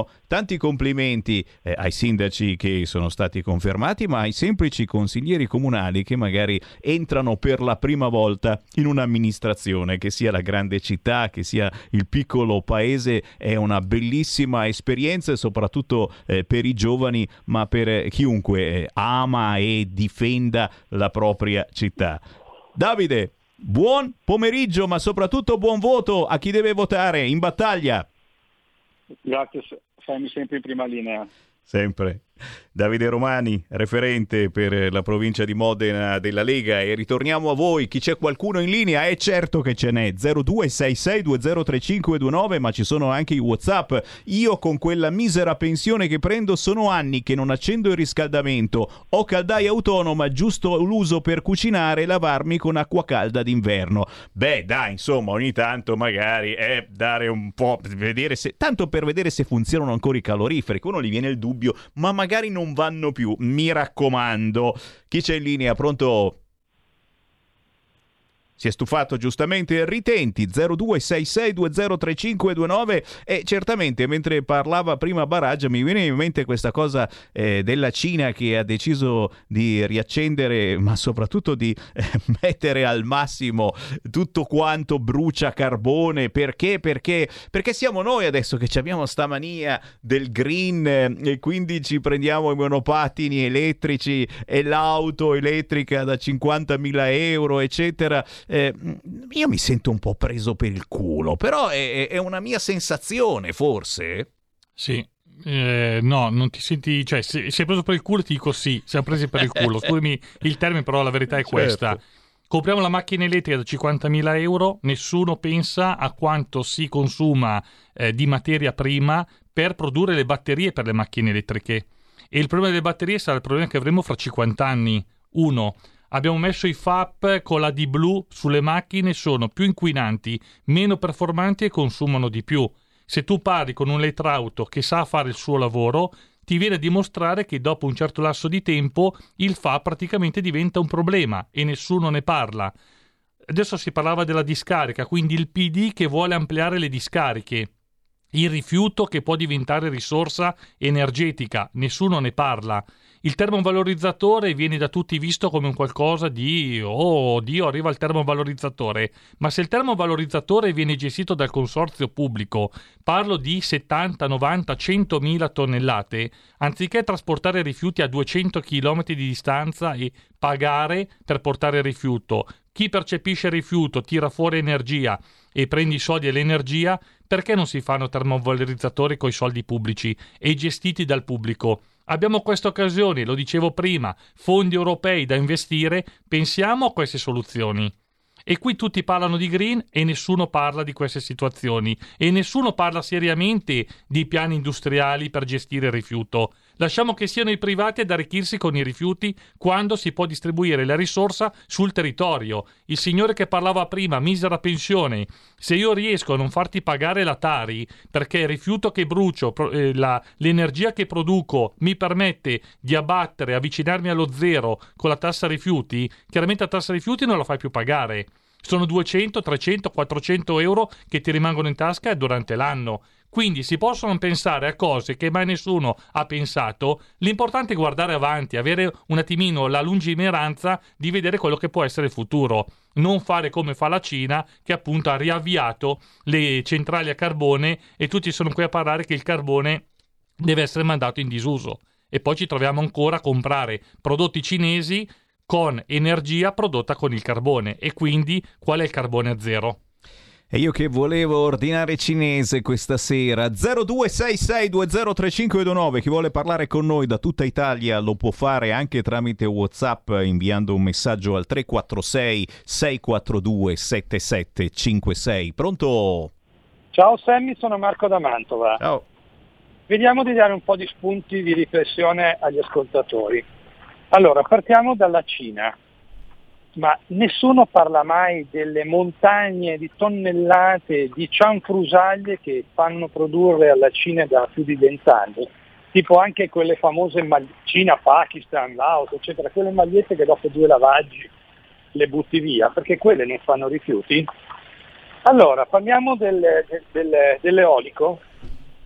Buongiorno, tanti complimenti eh, ai sindaci che sono stati confermati, ma ai semplici consiglieri comunali che magari entrano per la prima volta in un'amministrazione, che sia la grande città, che sia il piccolo paese. È una bellissima esperienza e soprattutto eh, per i giovani, ma per eh, chiunque eh, ama e difenda la propria città. Davide, buon pomeriggio, ma soprattutto buon voto a chi deve votare in battaglia. Grazie, fammi sempre in prima linea. Sempre. Davide Romani, referente per la provincia di Modena della Lega, e ritorniamo a voi. Chi c'è qualcuno in linea? È certo che ce n'è. zero due sei sei due zero tre cinque due nove, ma ci sono anche i WhatsApp. Io con quella misera pensione che prendo sono anni che non accendo il riscaldamento. Ho caldaia autonoma, giusto l'uso per cucinare e lavarmi con acqua calda d'inverno. Beh, dai, insomma, ogni tanto magari è eh, dare un po', vedere se, tanto per vedere se funzionano ancora i caloriferi, che uno gli viene il dubbio, ma magari non vanno più, mi raccomando. Chi c'è in linea? Pronto? Si è stufato giustamente? Ritenti zero due sei sei due zero tre cinque due nove. E certamente mentre parlava prima Baraggia mi viene in mente questa cosa eh, della Cina, che ha deciso di riaccendere, ma soprattutto di eh, mettere al massimo tutto quanto brucia carbone. Perché? Perché? Perché siamo noi adesso che abbiamo sta mania del green eh, e quindi ci prendiamo i monopattini elettrici e l'auto elettrica da cinquantamila euro eccetera. Eh, io mi sento un po' preso per il culo, però è, è una mia sensazione, forse? Sì, eh, no, non ti senti, cioè se sei preso per il culo ti dico sì, siamo presi per il culo, scusami il termine, però la verità è questa. Certo. Compriamo la macchina elettrica da cinquantamila euro, nessuno pensa a quanto si consuma eh, di materia prima per produrre le batterie per le macchine elettriche, e il problema delle batterie sarà il problema che avremo fra cinquanta anni. Uno, abbiamo messo i F A P con la D blu sulle macchine, sono più inquinanti, meno performanti e consumano di più. Se tu parli con un elettrauto che sa fare il suo lavoro, ti viene a dimostrare che dopo un certo lasso di tempo il F A P praticamente diventa un problema e nessuno ne parla. Adesso si parlava della discarica, quindi il P D che vuole ampliare le discariche, il rifiuto che può diventare risorsa energetica, nessuno ne parla. Il termovalorizzatore viene da tutti visto come un qualcosa di oh Dio, arriva il termovalorizzatore, ma se il termovalorizzatore viene gestito dal consorzio pubblico, parlo di settanta, novanta, centomila tonnellate, anziché trasportare rifiuti a duecento chilometri di distanza e pagare per portare il rifiuto, chi percepisce il rifiuto tira fuori energia e prendi i soldi e l'energia, perché non si fanno termovalorizzatori coi soldi pubblici e gestiti dal pubblico? Abbiamo queste occasioni, lo dicevo prima, fondi europei da investire, pensiamo a queste soluzioni. E qui tutti parlano di green e nessuno parla di queste situazioni e nessuno parla seriamente di piani industriali per gestire il rifiuto. Lasciamo che siano i privati ad arricchirsi con i rifiuti quando si può distribuire la risorsa sul territorio. Il signore che parlava prima, misera pensione, se io riesco a non farti pagare la Tari perché il rifiuto che brucio, eh, la, l'energia che produco mi permette di abbattere, avvicinarmi allo zero con la tassa rifiuti, chiaramente la tassa rifiuti non la fai più pagare. Sono duecento, trecento, quattrocento euro che ti rimangono in tasca durante l'anno. Quindi si possono pensare a cose che mai nessuno ha pensato. L'importante è guardare avanti, avere un attimino la lungimiranza di vedere quello che può essere il futuro. Non fare come fa la Cina, che appunto ha riavviato le centrali a carbone e tutti sono qui a parlare che il carbone deve essere mandato in disuso. E poi ci troviamo ancora a comprare prodotti cinesi con energia prodotta con il carbone. E quindi qual è il carbone a zero? E io che volevo ordinare cinese questa sera. Zero due sei sei due zero tre cinque due nove. Chi vuole parlare con noi da tutta Italia lo può fare anche tramite WhatsApp inviando un messaggio al tre quattro sei sei quattro due sette sette cinque sei. Pronto? Ciao Sammy, sono Marco da Mantova. Ciao. Vediamo di dare un po' di spunti di riflessione agli ascoltatori. Allora, partiamo dalla Cina. Ma nessuno parla mai delle montagne di tonnellate di cianfrusaglie che fanno produrre alla Cina da più di vent'anni, tipo anche quelle famose mag- Cina, Pakistan, Laos, eccetera, quelle magliette che dopo due lavaggi le butti via, perché quelle non fanno rifiuti. Allora, parliamo del, del, del, dell'eolico.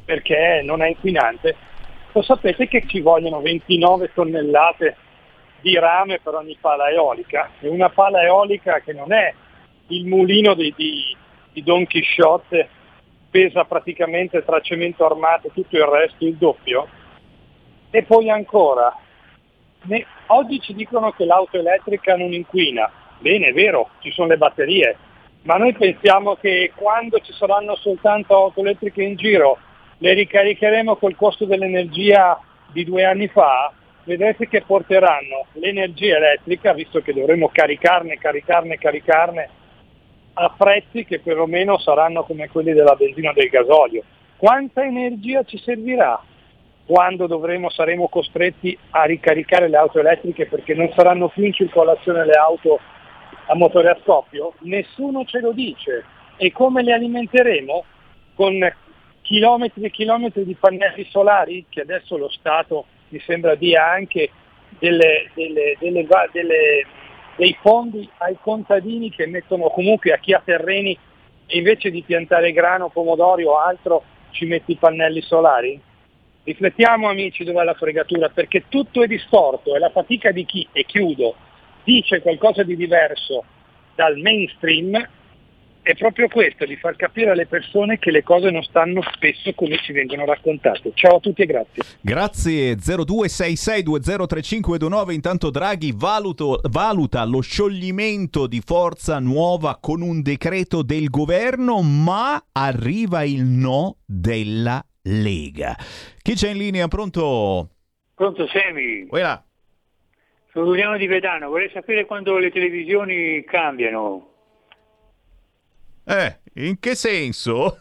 perché non è inquinante, lo sapete che ci vogliono ventinove tonnellate di rame per ogni pala eolica, e una pala eolica che non è il mulino di, di, di Don Chisciotte, pesa praticamente tra cemento armato e tutto il resto il doppio. E poi ancora, ne, oggi ci dicono che l'auto elettrica non inquina, bene, è vero, ci sono le batterie, ma noi pensiamo che quando ci saranno soltanto auto elettriche in giro le ricaricheremo col costo dell'energia di due anni fa? Vedrete che porteranno l'energia elettrica, visto che dovremo caricarne, caricarne, caricarne, a prezzi che perlomeno saranno come quelli della benzina o del gasolio. Quanta energia ci servirà quando dovremo, saremo costretti a ricaricare le auto elettriche perché non saranno più in circolazione le auto a motore a scoppio? Nessuno ce lo dice. E come le alimenteremo? Con chilometri e chilometri di pannelli solari, che adesso lo Stato mi sembra dia anche delle, delle, delle, delle, dei fondi ai contadini che mettono, comunque a chi ha terreni, e invece di piantare grano, pomodori o altro ci metti i pannelli solari? Riflettiamo, amici, dov'è la fregatura, perché tutto è distorto e la fatica di chi, e chiudo, dice qualcosa di diverso dal mainstream è proprio questo, di far capire alle persone che le cose non stanno spesso come ci vengono raccontate. Ciao a tutti e grazie. Grazie. Zero due sei sei due zero tre cinque due nove. Intanto Draghi valuto, valuta lo scioglimento di Forza Nuova con un decreto del governo, ma arriva il no della Lega. Chi c'è in linea? Pronto? Pronto, Semi. Uela. Sono Giuliano di Vedano, vorrei sapere quando le televisioni cambiano. Eh, in che senso?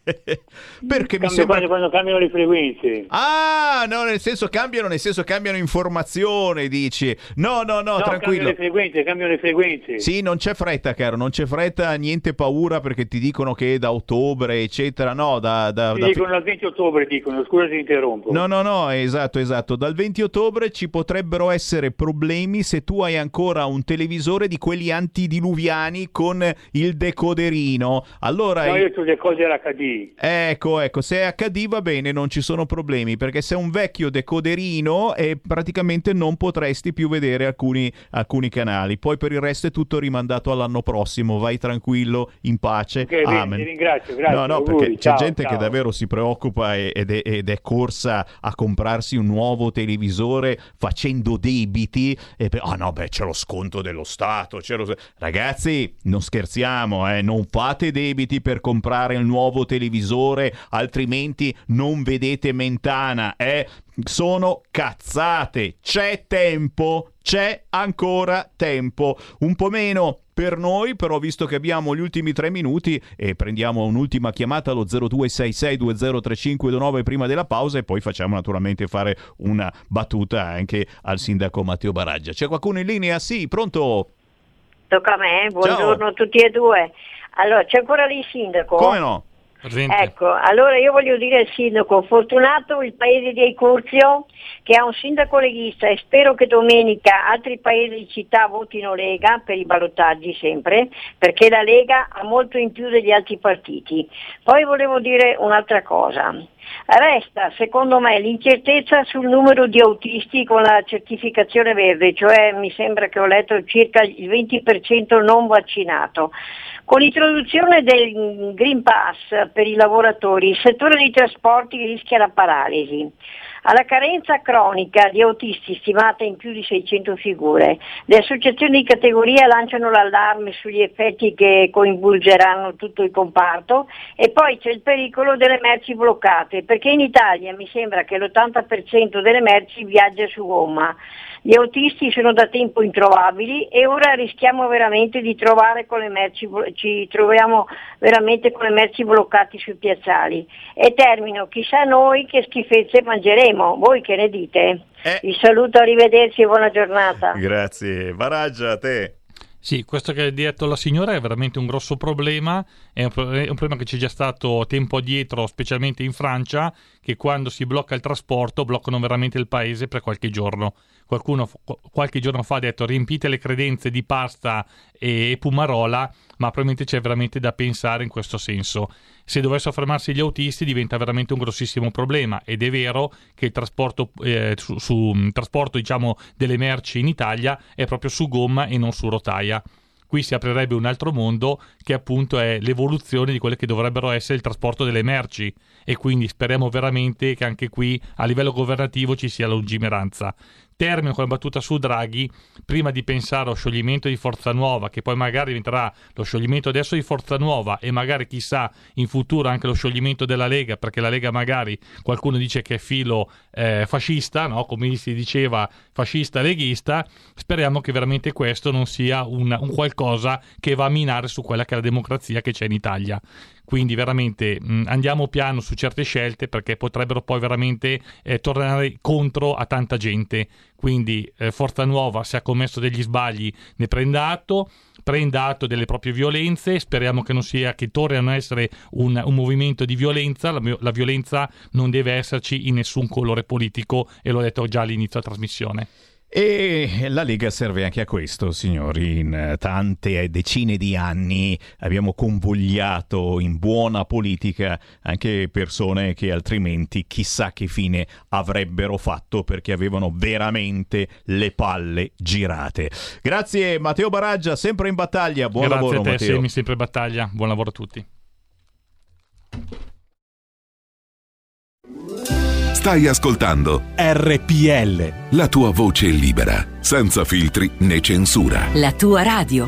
Perché Cambio mi sembra quando, quando cambiano le frequenze. Ah, no, nel senso cambiano, nel senso cambiano informazione, dici. No, no, no, no tranquillo. Cambiano le frequenze, cambiano le frequenze. Sì, non c'è fretta, caro, non c'è fretta, niente paura perché ti dicono che da ottobre, eccetera. No, da, da, Ti da dicono dal venti ottobre, dicono, scusa se interrompo. No, no, no, esatto, esatto. Dal venti ottobre ci potrebbero essere problemi se tu hai ancora un televisore di quelli antidiluviani con il decoderino. Allora No, io ho le cose all'H D. Ecco, ecco, se è H D va bene, non ci sono problemi, perché se è un vecchio decoderino e praticamente non potresti più vedere alcuni, alcuni canali. Poi per il resto è tutto rimandato all'anno prossimo, vai tranquillo, in pace. Ok, bene, Amen. ti ringrazio, grazie. No, no, auguri, perché c'è ciao, gente ciao. che davvero si preoccupa e- ed è, ed è corsa a comprarsi un nuovo televisore facendo debiti e pe- ah no, beh, c'è lo sconto dello Stato, c'è lo... Ragazzi, non scherziamo, eh, non fate debiti per comprare il nuovo televisore, altrimenti non vedete Mentana, eh? Sono cazzate. C'è tempo, c'è ancora tempo, un po' meno per noi, però visto che abbiamo gli ultimi tre minuti e prendiamo un'ultima chiamata allo zero due sei sei due zero tre cinque due nove prima della pausa e poi facciamo naturalmente fare una battuta anche al sindaco Matteo Baraggia. C'è qualcuno in linea? Sì, pronto? Tocca a me, buongiorno Ciao. a tutti e due. Allora, c'è ancora lì il sindaco? Come no? Ecco, allora io voglio dire al sindaco, fortunato il paese di Curzio che ha un sindaco leghista e spero che domenica altri paesi di città votino Lega per i ballottaggi sempre, perché la Lega ha molto in più degli altri partiti. Poi volevo dire un'altra cosa. Resta, secondo me, l'incertezza sul numero di autisti con la certificazione verde, cioè mi sembra che ho letto circa il venti per cento non vaccinato. Con l'introduzione del Green Pass per i lavoratori, il settore dei trasporti rischia la paralisi. Alla carenza cronica di autisti stimata in più di seicento figure, le associazioni di categoria lanciano l'allarme sugli effetti che coinvolgeranno tutto il comparto e poi c'è il pericolo delle merci bloccate, perché in Italia mi sembra che l'ottanta per cento delle merci viaggia su gomma. Gli autisti sono da tempo introvabili e ora rischiamo veramente di trovare con le merci, ci troviamo veramente con le merci bloccate sui piazzali. E termino, chissà noi che schifezze mangeremo, voi che ne dite? Eh. Vi saluto, arrivederci e buona giornata. Grazie. Baraggia, a te. Sì, questo che ha detto la signora è veramente un grosso problema, è un, pro- è un problema che c'è già stato tempo addietro, specialmente in Francia, che quando si blocca il trasporto bloccano veramente il paese per qualche giorno. Qualcuno f- qualche giorno fa ha detto riempite le credenze di pasta e, e Pumarola, ma probabilmente c'è veramente da pensare in questo senso. Se dovessero fermarsi gli autisti diventa veramente un grossissimo problema, ed è vero che il trasporto, eh, su, su trasporto diciamo delle merci in Italia è proprio su gomma e non su rotaia. Qui si aprirebbe un altro mondo, che appunto è l'evoluzione di quelle che dovrebbero essere il trasporto delle merci, e quindi speriamo veramente che anche qui a livello governativo ci sia lungimiranza. Termino con la battuta su Draghi: prima di pensare allo scioglimento di Forza Nuova, che poi magari diventerà lo scioglimento adesso di Forza Nuova e magari chissà in futuro anche lo scioglimento della Lega, perché la Lega magari qualcuno dice che è filo eh, fascista, no? Come si diceva, fascista leghista, speriamo che veramente questo non sia un, un qualcosa che va a minare su quella che è la democrazia che c'è in Italia. Quindi veramente mh, andiamo piano su certe scelte, perché potrebbero poi veramente eh, tornare contro a tanta gente. Quindi eh, Forza Nuova, se ha commesso degli sbagli, ne prenda atto, prenda atto delle proprie violenze. Speriamo che non sia, che tornino a essere un, un movimento di violenza. La, la violenza non deve esserci in nessun colore politico, e l'ho detto già all'inizio della trasmissione. E la Lega serve anche a questo, signori. In tante decine di anni abbiamo convogliato in buona politica anche persone che altrimenti chissà che fine avrebbero fatto, perché avevano veramente le palle girate. Grazie Matteo Baraggia, sempre in battaglia. Buon Grazie lavoro a te, Matteo. Semi, sempre in battaglia. Buon lavoro a tutti. Stai ascoltando R P L, la tua voce libera, senza filtri né censura. La tua radio.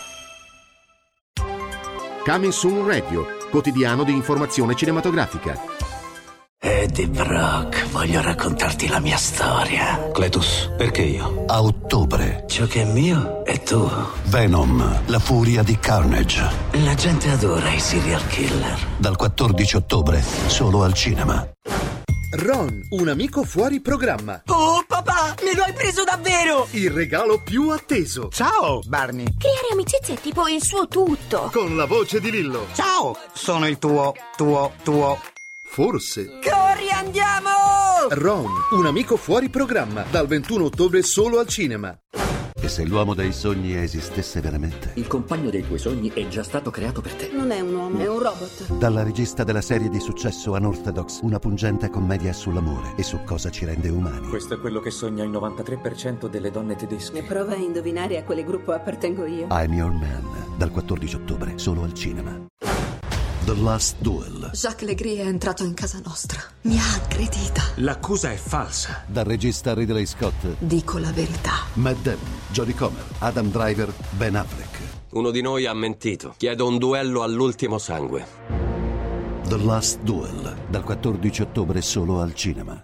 Coming Soon Radio, quotidiano di informazione cinematografica. Eddie Brock, voglio raccontarti la mia storia. Cletus, perché io? A ottobre, ciò che è mio è tuo. Venom, la furia di Carnage. La gente adora i serial killer. Dal quattordici ottobre, solo al cinema. Ron, un amico fuori programma. Oh papà, me lo hai preso davvero! Il regalo più atteso. Ciao Barney. Creare amicizia è tipo il suo tutto. Con la voce di Lillo. Ciao, sono il tuo, tuo, tuo. Forse. Corri, andiamo! Ron, un amico fuori programma. Dal ventuno ottobre solo al cinema. E se l'uomo dei sogni esistesse veramente? Il compagno dei tuoi sogni è già stato creato per te. Non è un uomo, è un robot. Dalla regista della serie di successo Unorthodox, una pungente commedia sull'amore e su cosa ci rende umani. Questo è quello che sogna il novantatré per cento delle donne tedesche. E prova a indovinare a quale gruppo appartengo io. I'm Your Man, dal quattordici ottobre, solo al cinema. The Last Duel. Jacques Legris è entrato in casa nostra. Mi ha aggredita. L'accusa è falsa. Dal regista Ridley Scott. Dico la verità. Matt Damon, Jodie Comer, Adam Driver, Ben Affleck. Uno di noi ha mentito. Chiedo un duello all'ultimo sangue. The Last Duel, dal quattordici ottobre solo al cinema.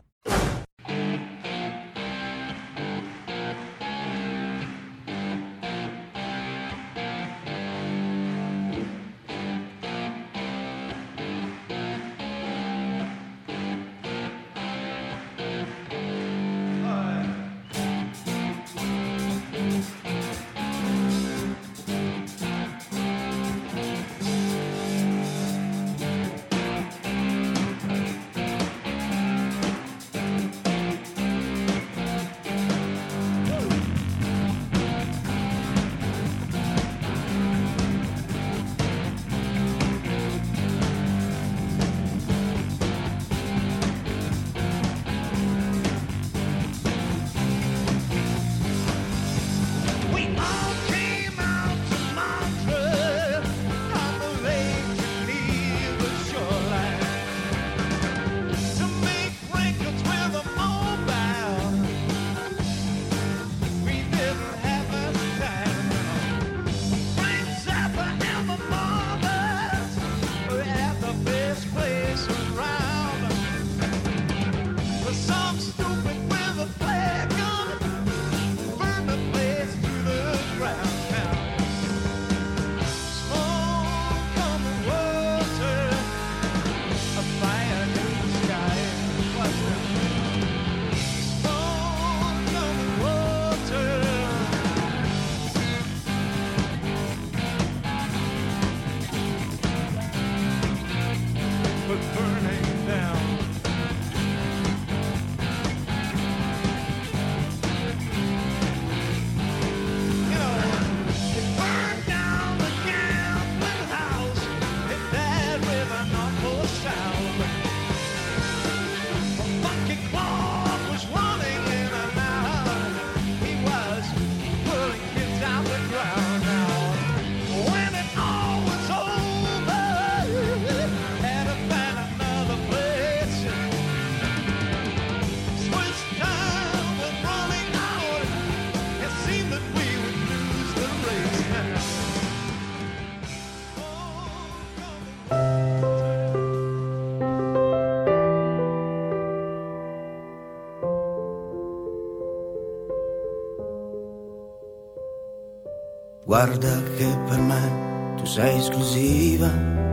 guarda che per me tu sei esclusiva.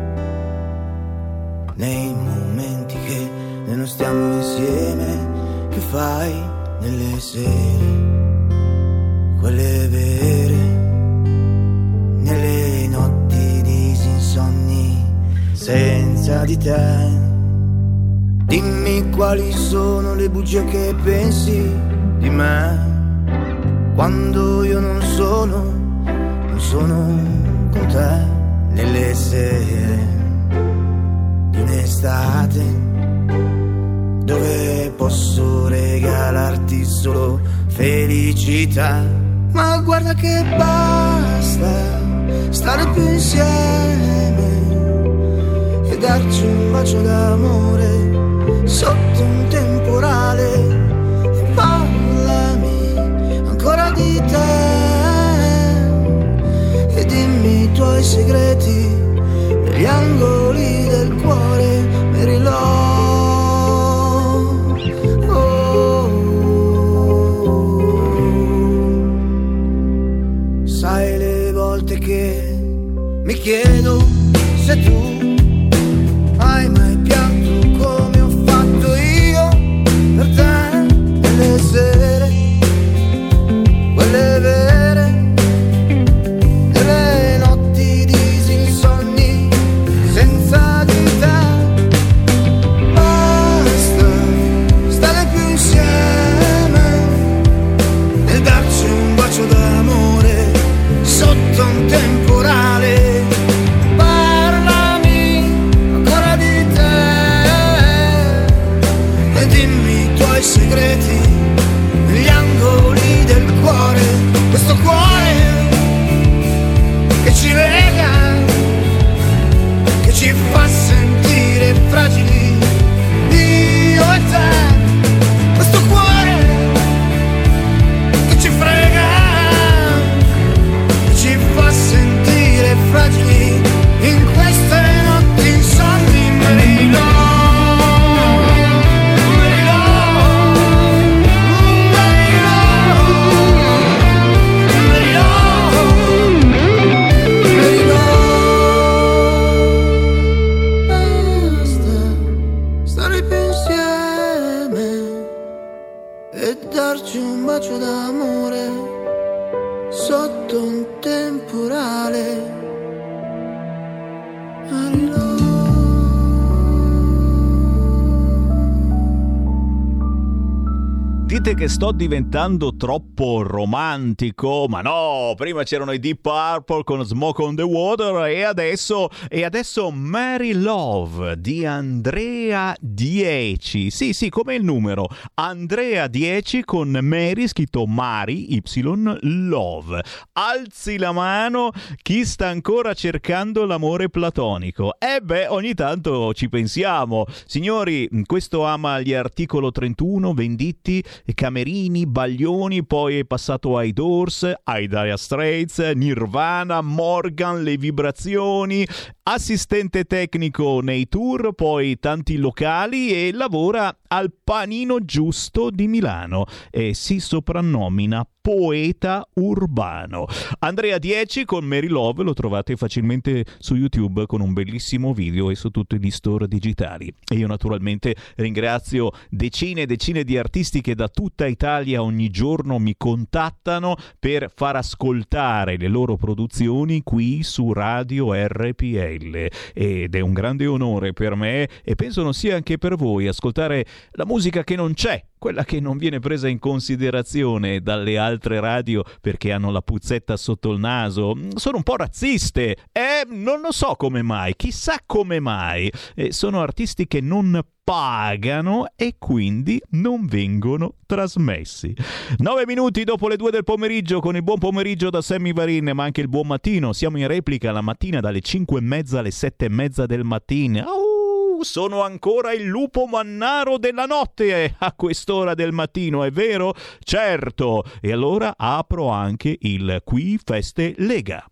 Nei momenti che noi non stiamo insieme, che fai nelle sere, quelle vere, nelle notti disinsonni senza di te. Dimmi quali sono le bugie che pensi di me, quando io non sono, non sono con te. Nelle sere di un'estate, dove posso regalarti solo felicità. Ma guarda che basta stare più insieme e darci un bacio d'amore sotto un temporale. E parlami ancora di te e dimmi i tuoi segreti negli angoli del cuore. Mary Love, oh, sai le volte che mi chiedo se tu hai mai pianto come ho fatto io per te. Nelle sere, quelle vere, nelle notti disinsonni senza di te. Basta stare più insieme e darci un bacio d'amore sotto un temporale. Parlami ancora di te e dimmi i tuoi segreti negli angoli del cuore. Questo cuore che ci lega, che ci fa sentire fragili, io e te. Questo cuore che ci frega, che ci fa sentire fragili in queste notti insonni. Mary Love, Mary Love, Mary Love, Mary Love, basta stare più insieme e darci un bacio d'amore sotto un temporale. Mary Love. Dite che sto diventando troppo romantico, ma no, prima c'erano i Deep Purple con Smoke on the Water e adesso, e adesso Mary Love di Andrea dieci. Sì, sì, come il numero. Andrea dieci con Mary scritto Mari Y Love. Alzi la mano chi sta ancora cercando l'amore platonico. E beh, ogni tanto ci pensiamo. Signori, questo ama gli Articolo trentuno, Venditti, Camerini, Baglioni, poi è passato ai Doors, ai Dire Straits, Nirvana, Morgan, Le Vibrazioni, assistente tecnico nei tour, poi tanti locali e lavora al Panino Giusto di Milano e si soprannomina poeta urbano. Andrea dieci con Mary Love lo trovate facilmente su YouTube con un bellissimo video e su tutti gli store digitali. E io naturalmente ringrazio decine e decine di artisti che da tutta Italia ogni giorno mi contattano per far ascoltare le loro produzioni qui su Radio R P L, ed è un grande onore per me e penso non sia anche per voi ascoltare la musica che non c'è, quella che non viene presa in considerazione dalle altre radio perché hanno la puzzetta sotto il naso, sono un po' razziste e non lo so come mai, chissà come mai. Eh, sono artisti che non pagano e quindi non vengono trasmessi. Nove minuti dopo le due del pomeriggio con il buon pomeriggio da Sammy Varin, ma anche il buon mattino. Siamo in replica la mattina dalle cinque e mezza alle sette e mezza del mattino. Oh! Sono ancora il lupo mannaro della notte a quest'ora del mattino, è vero? Certo! E allora apro anche il Qui Feste Lega.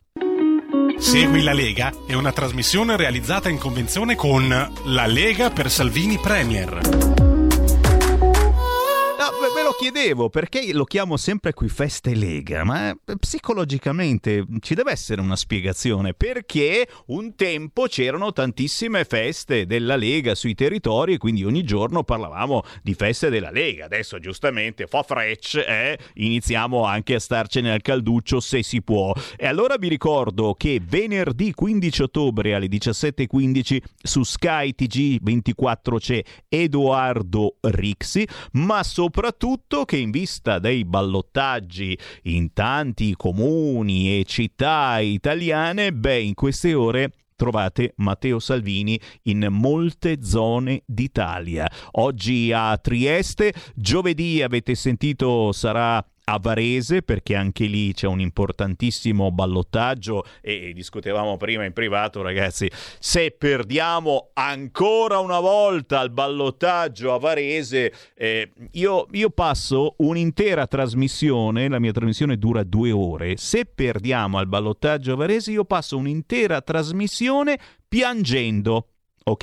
Segui la Lega è una trasmissione realizzata in convenzione con La Lega per Salvini Premier. ve lo chiedevo, perché lo chiamo sempre qui Feste Lega, ma psicologicamente ci deve essere una spiegazione, perché un tempo c'erano tantissime feste della Lega sui territori e quindi ogni giorno parlavamo di feste della Lega. Adesso giustamente fa frecce e eh, iniziamo anche a starcene al calduccio se si può. E allora vi ricordo che venerdì quindici ottobre alle diciassette e quindici su Sky T G ventiquattro c'è Edoardo Rixi, ma soprattutto che in vista dei ballottaggi in tanti comuni e città italiane, beh, in queste ore trovate Matteo Salvini in molte zone d'Italia. Oggi a Trieste, giovedì avete sentito sarà a Varese, perché anche lì c'è un importantissimo ballottaggio e discutevamo prima in privato, ragazzi, se perdiamo ancora una volta il ballottaggio a Varese, eh, io, io passo un'intera trasmissione, la mia trasmissione dura due ore, se perdiamo al ballottaggio a Varese io passo un'intera trasmissione piangendo, ok?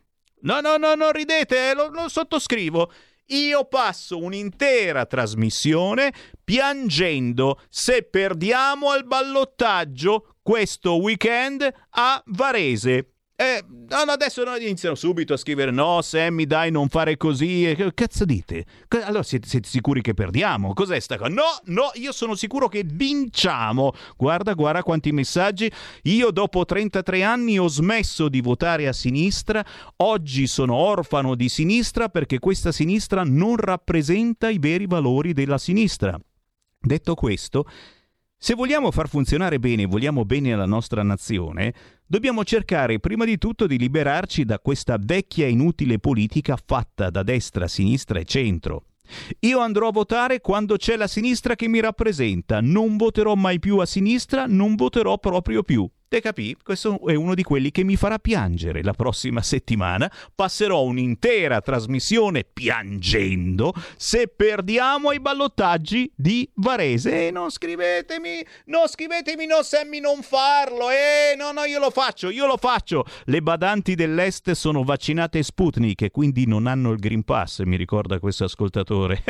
No, no, no, non ridete, lo, lo sottoscrivo. Io passo un'intera trasmissione piangendo se perdiamo al ballottaggio questo weekend a Varese. Eh, no, no, adesso no, iniziano subito a scrivere no, Sammy, dai, non fare così. Che cazzo dite? Allora siete, siete sicuri che perdiamo? Cos'è sta cosa? No, no, io sono sicuro che vinciamo. Guarda, guarda quanti messaggi. Io dopo trentatré anni ho smesso di votare a sinistra. Oggi sono orfano di sinistra perché questa sinistra non rappresenta i veri valori della sinistra. Detto questo, se vogliamo far funzionare bene, vogliamo bene alla nostra nazione, dobbiamo cercare prima di tutto di liberarci da questa vecchia e inutile politica fatta da destra, sinistra e centro. Io andrò a votare quando c'è la sinistra che mi rappresenta, non voterò mai più a sinistra, non voterò proprio più. Te capì? Questo è uno di quelli che mi farà piangere. La prossima settimana passerò un'intera trasmissione piangendo se perdiamo ai ballottaggi di Varese. E non scrivetemi, non scrivetemi, no Sammy, non farlo. Eh, no, no, io lo faccio, io lo faccio. Le badanti dell'Est sono vaccinate Sputnik e quindi non hanno il Green Pass, mi ricorda questo ascoltatore.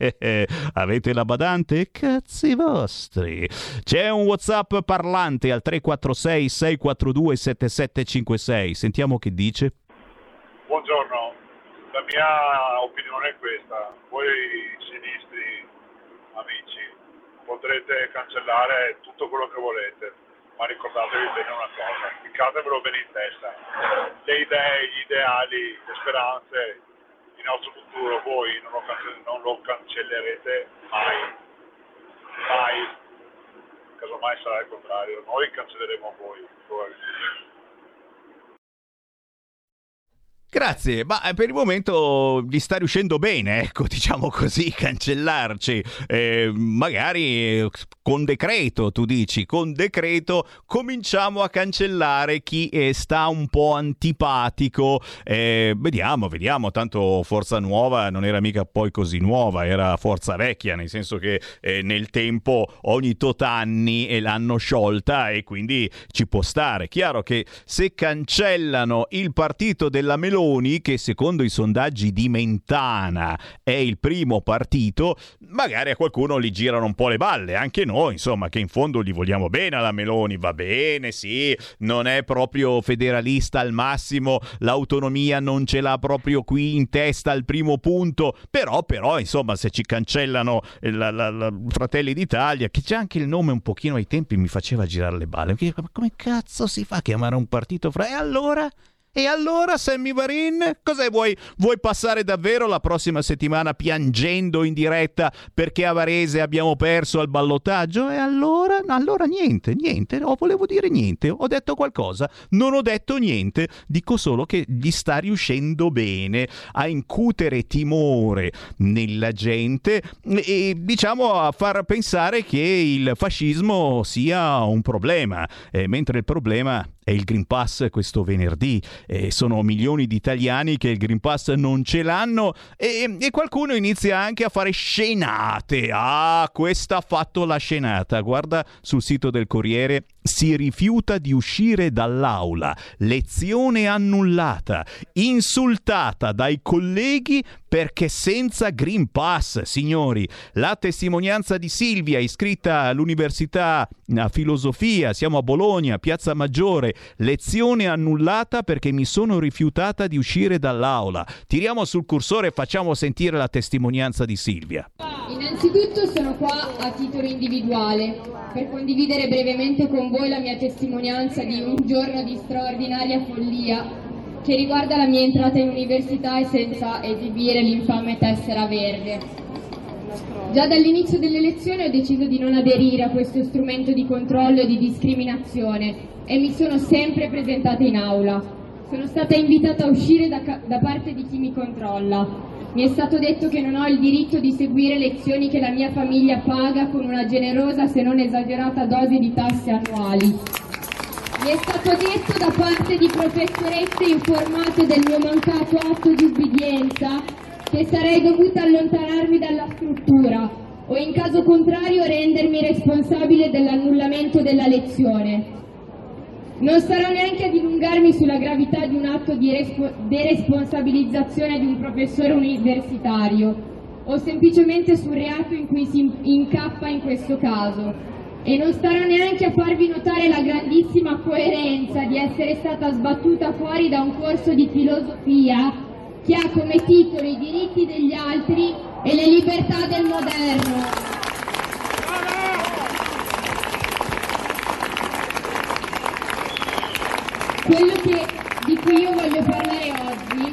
Avete la badante? Cazzi vostri. C'è un WhatsApp parlante al tre quattro sei sei quattro due sette sette cinque sei. Sentiamo che dice. Buongiorno, la mia opinione è questa: voi sinistri amici potrete cancellare tutto quello che volete, ma ricordatevi bene una cosa, ficcatevelo bene in testa: le idee, gli ideali, le speranze, il nostro futuro voi non lo, cance- non lo cancellerete mai, mai. Casomai sarà il contrario, noi cancelleremo voi probabilmente. Grazie, ma per il momento gli sta riuscendo bene, ecco, diciamo così, cancellarci. Eh, magari con decreto, tu dici, con decreto cominciamo a cancellare chi eh, sta un po' antipatico. Eh, vediamo, vediamo, tanto Forza Nuova non era mica poi così nuova, era Forza Vecchia, nel senso che eh, nel tempo ogni tot anni eh, l'hanno sciolta e quindi ci può stare. Chiaro che se cancellano il partito della Meloni, che secondo i sondaggi di Mentana è il primo partito, magari a qualcuno gli girano un po' le balle, anche noi, insomma, che in fondo gli vogliamo bene alla Meloni, va bene, sì, non è proprio federalista al massimo, l'autonomia non ce l'ha proprio qui in testa al primo punto, però, però insomma, se ci cancellano la, la, la Fratelli d'Italia, che c'è anche il nome un pochino ai tempi mi faceva girare le balle, ma come cazzo si fa a chiamare un partito fra... E allora... E allora, Sammy Varin, cos'è? Vuoi, vuoi passare davvero la prossima settimana piangendo in diretta perché a Varese abbiamo perso al ballottaggio? E allora? Allora niente, niente, no, volevo dire niente, ho detto qualcosa, non ho detto niente, dico solo che gli sta riuscendo bene a incutere timore nella gente e diciamo a far pensare che il fascismo sia un problema, eh, mentre il problema è il Green Pass questo venerdì. Eh, sono milioni di italiani che il Green Pass non ce l'hanno e, e qualcuno inizia anche a fare scenate. Ah, questa ha fatto la scenata. Guarda sul sito del Corriere si rifiuta di uscire dall'aula, lezione annullata, insultata dai colleghi perché senza Green Pass, signori. La testimonianza di Silvia, iscritta all'università a filosofia, siamo a Bologna, Piazza Maggiore, lezione annullata perché mi sono rifiutata di uscire dall'aula. Tiriamo sul cursore e facciamo sentire la testimonianza di Silvia. Innanzitutto sono qua a titolo individuale per condividere brevemente con voi la mia testimonianza di un giorno di straordinaria follia che riguarda la mia entrata in università e senza esibire l'infame tessera verde. Già dall'inizio delle lezioni ho deciso di non aderire a questo strumento di controllo e di discriminazione e mi sono sempre presentata in aula. Sono stata invitata a uscire da, da parte di chi mi controlla. Mi è stato detto che non ho il diritto di seguire lezioni che la mia famiglia paga con una generosa se non esagerata dose di tasse annuali. Mi è stato detto da parte di professoresse informate del mio mancato atto di ubbidienza che sarei dovuta allontanarmi dalla struttura o in caso contrario rendermi responsabile dell'annullamento della lezione. Non starò neanche a dilungarmi sulla gravità di un atto di respo- deresponsabilizzazione di un professore universitario o semplicemente sul reato in cui si incappa in questo caso. E non starò neanche a farvi notare la grandissima coerenza di essere stata sbattuta fuori da un corso di filosofia che ha come titolo i diritti degli altri e le libertà del moderno. Quello che, di cui io voglio parlare oggi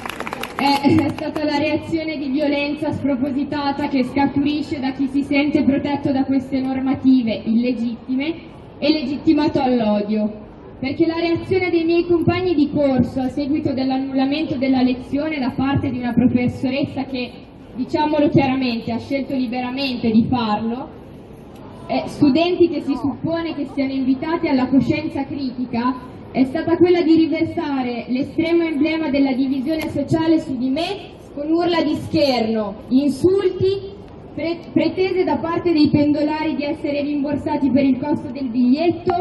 è, è stata la reazione di violenza spropositata che scaturisce da chi si sente protetto da queste normative illegittime e legittimato all'odio. Perché la reazione dei miei compagni di corso a seguito dell'annullamento della lezione da parte di una professoressa che, diciamolo chiaramente, ha scelto liberamente di farlo, eh, studenti che si suppone che siano invitati alla coscienza critica, è stata quella di riversare l'estremo emblema della divisione sociale su di me con urla di scherno, insulti, pre- pretese da parte dei pendolari di essere rimborsati per il costo del biglietto,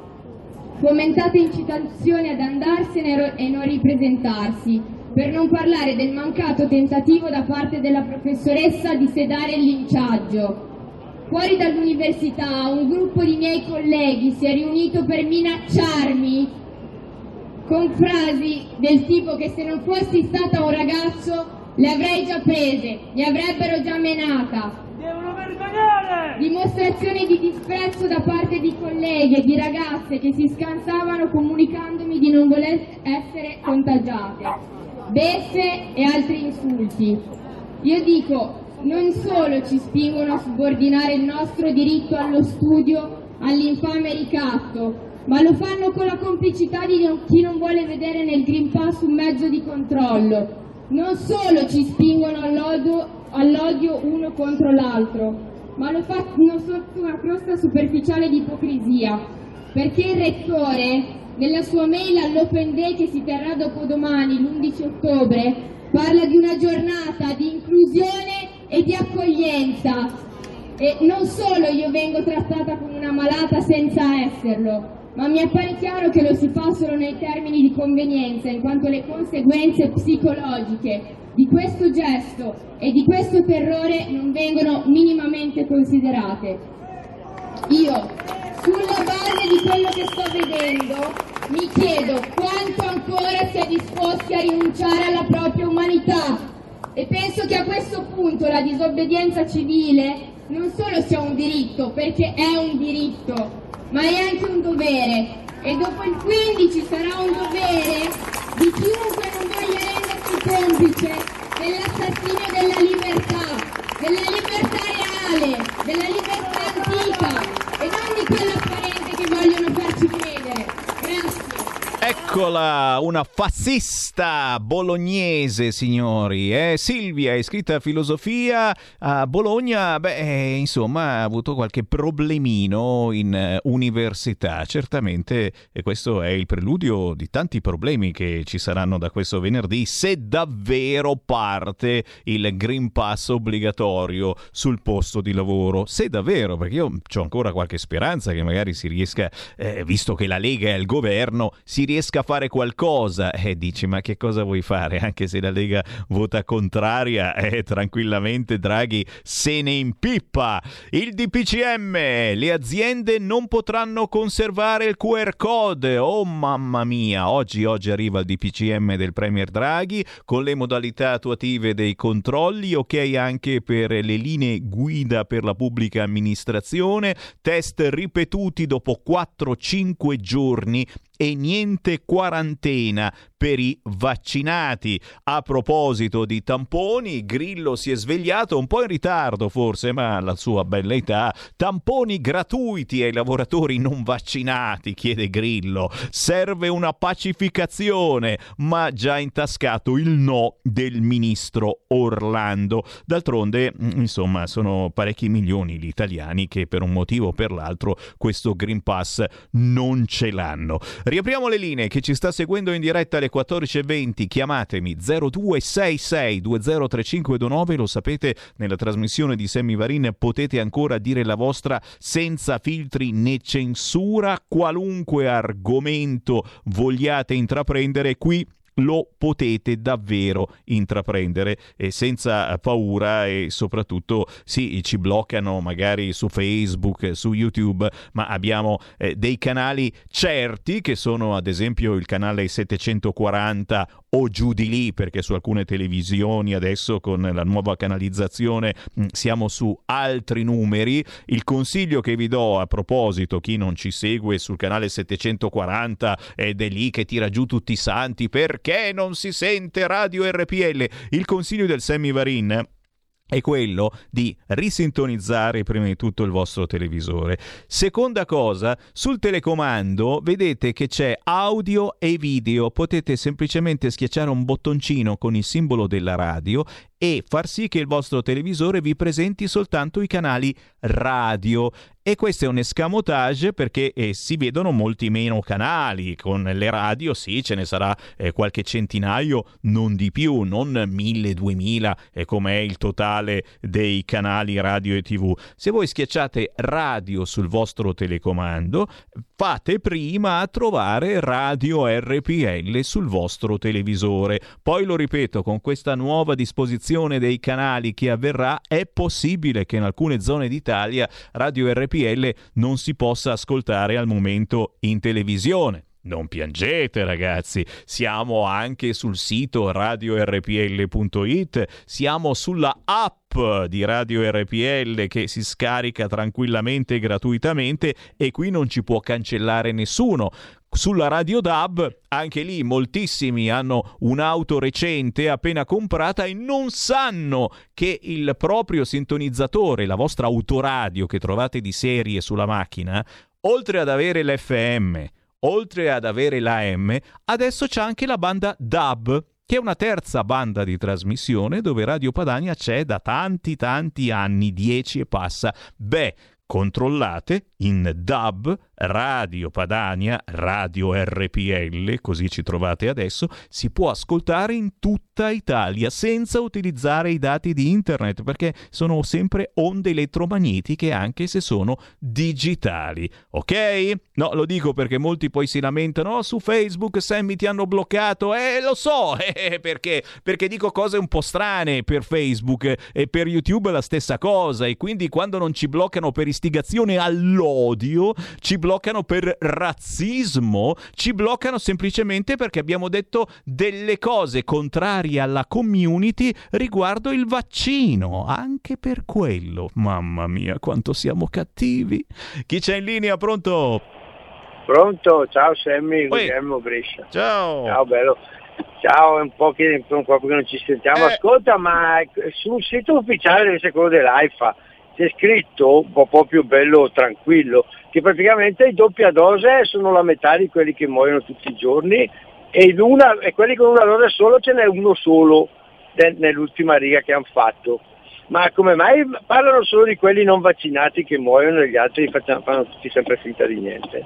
fomentate incitazioni ad andarsene e non ripresentarsi, per non parlare del mancato tentativo da parte della professoressa di sedare il linciaggio. Fuori dall'università un gruppo di miei colleghi si è riunito per minacciarmi con frasi del tipo che se non fossi stata un ragazzo le avrei già prese, mi avrebbero già menata. Devono vergognare! Dimostrazioni di disprezzo da parte di colleghe e di ragazze che si scansavano comunicandomi di non voler essere contagiate. Beffe e altri insulti. Io dico, non solo ci spingono a subordinare il nostro diritto allo studio all'infame ricatto, ma lo fanno con la complicità di chi non vuole vedere nel Green Pass un mezzo di controllo. Non solo ci spingono all'odio, all'odio uno contro l'altro, ma lo fanno sotto una crosta superficiale di ipocrisia, perché il rettore, nella sua mail all'Open Day che si terrà dopodomani, l'undici ottobre, parla di una giornata di inclusione e di accoglienza. E non solo io vengo trattata come una malata senza esserlo, ma mi appare chiaro che lo si fa solo nei termini di convenienza, in quanto le conseguenze psicologiche di questo gesto e di questo terrore non vengono minimamente considerate. Io, sulla base di quello che sto vedendo, mi chiedo quanto ancora si è disposti a rinunciare alla propria umanità e penso che a questo punto la disobbedienza civile non solo sia un diritto, perché è un diritto, ma è anche un dovere, e dopo il quindici sarà un dovere di chiunque non voglia rendersi complice dell'assassinio della libertà, della libertà reale, della libertà antica e non di quella apparente che vogliono farci credere. Grazie. Eccola, una fascista bolognese, signori. Eh? Silvia è iscritta a filosofia a Bologna. Beh, insomma, ha avuto qualche problemino in eh, università. Certamente, e questo è il preludio di tanti problemi che ci saranno da questo venerdì, se davvero parte il Green Pass obbligatorio sul posto di lavoro. Se davvero, perché io ho ancora qualche speranza che magari si riesca, eh, visto che la Lega è al governo, si riesca a fare qualcosa. E eh, dici, ma che cosa vuoi fare? Anche se la Lega vota contraria, eh, tranquillamente Draghi se ne impippa. Il D P C M, le aziende non potranno conservare il Q R code. Oh mamma mia, oggi, oggi arriva il D P C M del Premier Draghi con le modalità attuative dei controlli, ok anche per le linee guida per la pubblica amministrazione, test ripetuti dopo quattro cinque giorni e niente quarantena per i vaccinati. A proposito di tamponi, Grillo si è svegliato un po' in ritardo forse, ma alla sua bella età. Tamponi gratuiti ai lavoratori non vaccinati, chiede Grillo. Serve una pacificazione, ma già intascato il no del ministro Orlando. D'altronde, insomma, sono parecchi milioni gli italiani che per un motivo o per l'altro questo Green Pass non ce l'hanno. Riapriamo le linee. Chi ci sta seguendo in diretta alle quattordici e venti, chiamatemi zero due sei sei due zero tre cinque due nove. Lo sapete, nella trasmissione di Sammy Varin potete ancora dire la vostra senza filtri né censura. Qualunque argomento vogliate intraprendere, qui lo potete davvero intraprendere e senza paura, e soprattutto sì, ci bloccano magari su Facebook, su YouTube, ma abbiamo eh, dei canali certi che sono ad esempio il canale settecentoquaranta o giù di lì, perché su alcune televisioni adesso con la nuova canalizzazione mh, siamo su altri numeri. Il consiglio che vi do a proposito, chi non ci segue sul canale settecentoquaranta ed è lì che tira giù tutti i santi perché non si sente Radio R P L, il consiglio del Sammy Varin è quello di risintonizzare prima di tutto il vostro televisore. Seconda cosa, sul telecomando vedete che c'è audio e video, potete semplicemente schiacciare un bottoncino con il simbolo della radio e far sì che il vostro televisore vi presenti soltanto i canali radio. E questo è un escamotage perché eh, si vedono molti meno canali. Con le radio sì, ce ne sarà eh, qualche centinaio, non di più, non mille, duemila, eh, come è il totale dei canali radio e tv. Se voi schiacciate radio sul vostro telecomando, fate prima a trovare Radio R P L sul vostro televisore. Poi lo ripeto, con questa nuova disposizione dei canali che avverrà, è possibile che in alcune zone d'Italia Radio R P L non si possa ascoltare al momento in televisione. Non piangete ragazzi, siamo anche sul sito radio r p l punto i t, siamo sulla app di Radio R P L che si scarica tranquillamente e gratuitamente e qui non ci può cancellare nessuno. Sulla Radio D A B, anche lì moltissimi hanno un'auto recente appena comprata e non sanno che il proprio sintonizzatore, la vostra autoradio che trovate di serie sulla macchina, oltre ad avere l'F M, oltre ad avere l'A M, adesso c'è anche la banda D A B, che è una terza banda di trasmissione dove Radio Padania c'è da tanti tanti anni, dieci e passa. Beh, controllate in D A B, Radio Padania, Radio R P L, così ci trovate adesso, si può ascoltare in tutta Italia senza utilizzare i dati di internet, perché sono sempre onde elettromagnetiche anche se sono digitali, ok? No, lo dico perché molti poi si lamentano, oh, su Facebook Sammy ti hanno bloccato, eh lo so, eh, perché? Perché dico cose un po' strane per Facebook e per YouTube la stessa cosa, e quindi quando non ci bloccano per istigazione all'odio, ci bloccano per razzismo, ci bloccano semplicemente perché abbiamo detto delle cose contrarie alla community riguardo il vaccino. Anche per quello, mamma mia, quanto siamo cattivi. Chi c'è in linea? Pronto? Pronto, ciao Sammy, Guglielmo Brescia. Ciao. Ciao bello. Ciao, è un po' che, un po' che non ci sentiamo. Eh. Ascolta, ma sul sito ufficiale deve essere quello dell'AIFA. c'è scritto un po' proprio bello tranquillo, che praticamente i doppia dose sono la metà di quelli che muoiono tutti i giorni e, una, e quelli con una dose solo ce n'è uno solo nell'ultima riga che hanno fatto. Ma come mai parlano solo di quelli non vaccinati che muoiono e gli altri facciano, fanno tutti sempre finta di niente?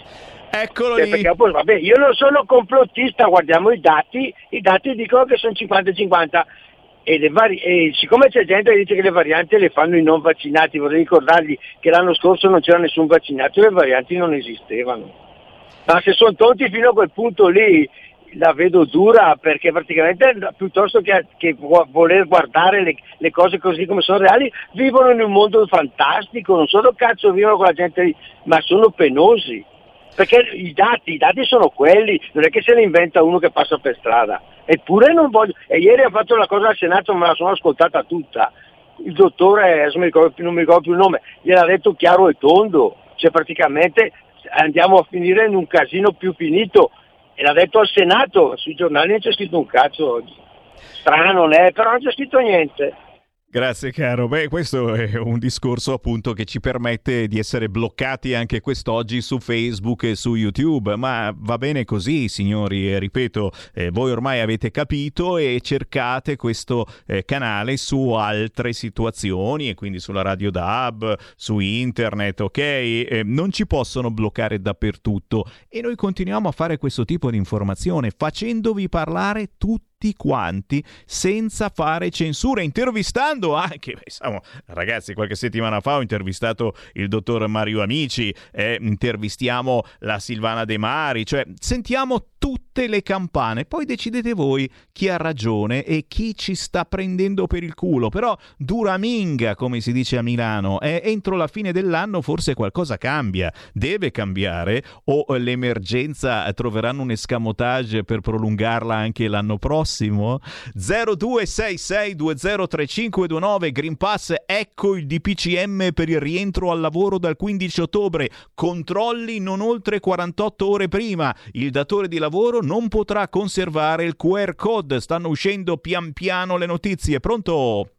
Eccolo cioè, lì. Perché poi, vabbè, io non sono complottista, guardiamo i dati, i dati dicono che sono cinquanta cinquanta e, le vari- e siccome c'è gente che dice che le varianti le fanno i non vaccinati, vorrei ricordargli che l'anno scorso non c'era nessun vaccinato e le varianti non esistevano. Ma se sono tonti fino a quel punto lì, la vedo dura, perché praticamente piuttosto che, che voler guardare le, le cose così come sono reali, vivono in un mondo fantastico, non solo cazzo vivono con la gente lì, ma sono penosi, perché i dati, i dati sono quelli, non è che se ne inventa uno che passa per strada. Eppure non voglio, e ieri ha fatto una cosa al Senato, me la sono ascoltata tutta, il dottore, adesso mi ricordo, non mi ricordo più il nome, gliel'ha detto chiaro e tondo, cioè praticamente andiamo a finire in un casino più finito. E l'ha detto al Senato, sui giornali non c'è scritto un cazzo oggi. Strano, non è, però non c'è scritto niente. Grazie caro, beh questo è un discorso appunto che ci permette di essere bloccati anche quest'oggi su Facebook e su YouTube, ma va bene così signori, e ripeto, eh, voi ormai avete capito e cercate questo eh, canale su altre situazioni e quindi sulla radio D A B, su internet, ok? Eh, non ci possono bloccare dappertutto e noi continuiamo a fare questo tipo di informazione facendovi parlare tutti quanti senza fare censura, intervistando anche, insomma, ragazzi, qualche settimana fa ho intervistato il dottor Mario Amici, eh, intervistiamo la Silvana De Mari, cioè sentiamo tutte le campane, poi decidete voi chi ha ragione e chi ci sta prendendo per il culo, però dura minga, come si dice a Milano, eh, entro la fine dell'anno forse qualcosa cambia, deve cambiare, o l'emergenza troveranno un escamotage per prolungarla anche l'anno prossimo. Zero due sei sei due zero tre cinque due nove Green Pass, ecco il D P C M per il rientro al lavoro dal quindici ottobre, controlli non oltre quarantotto ore prima, il datore di lavoro non potrà conservare il Q R code, stanno uscendo pian piano le notizie. Pronto?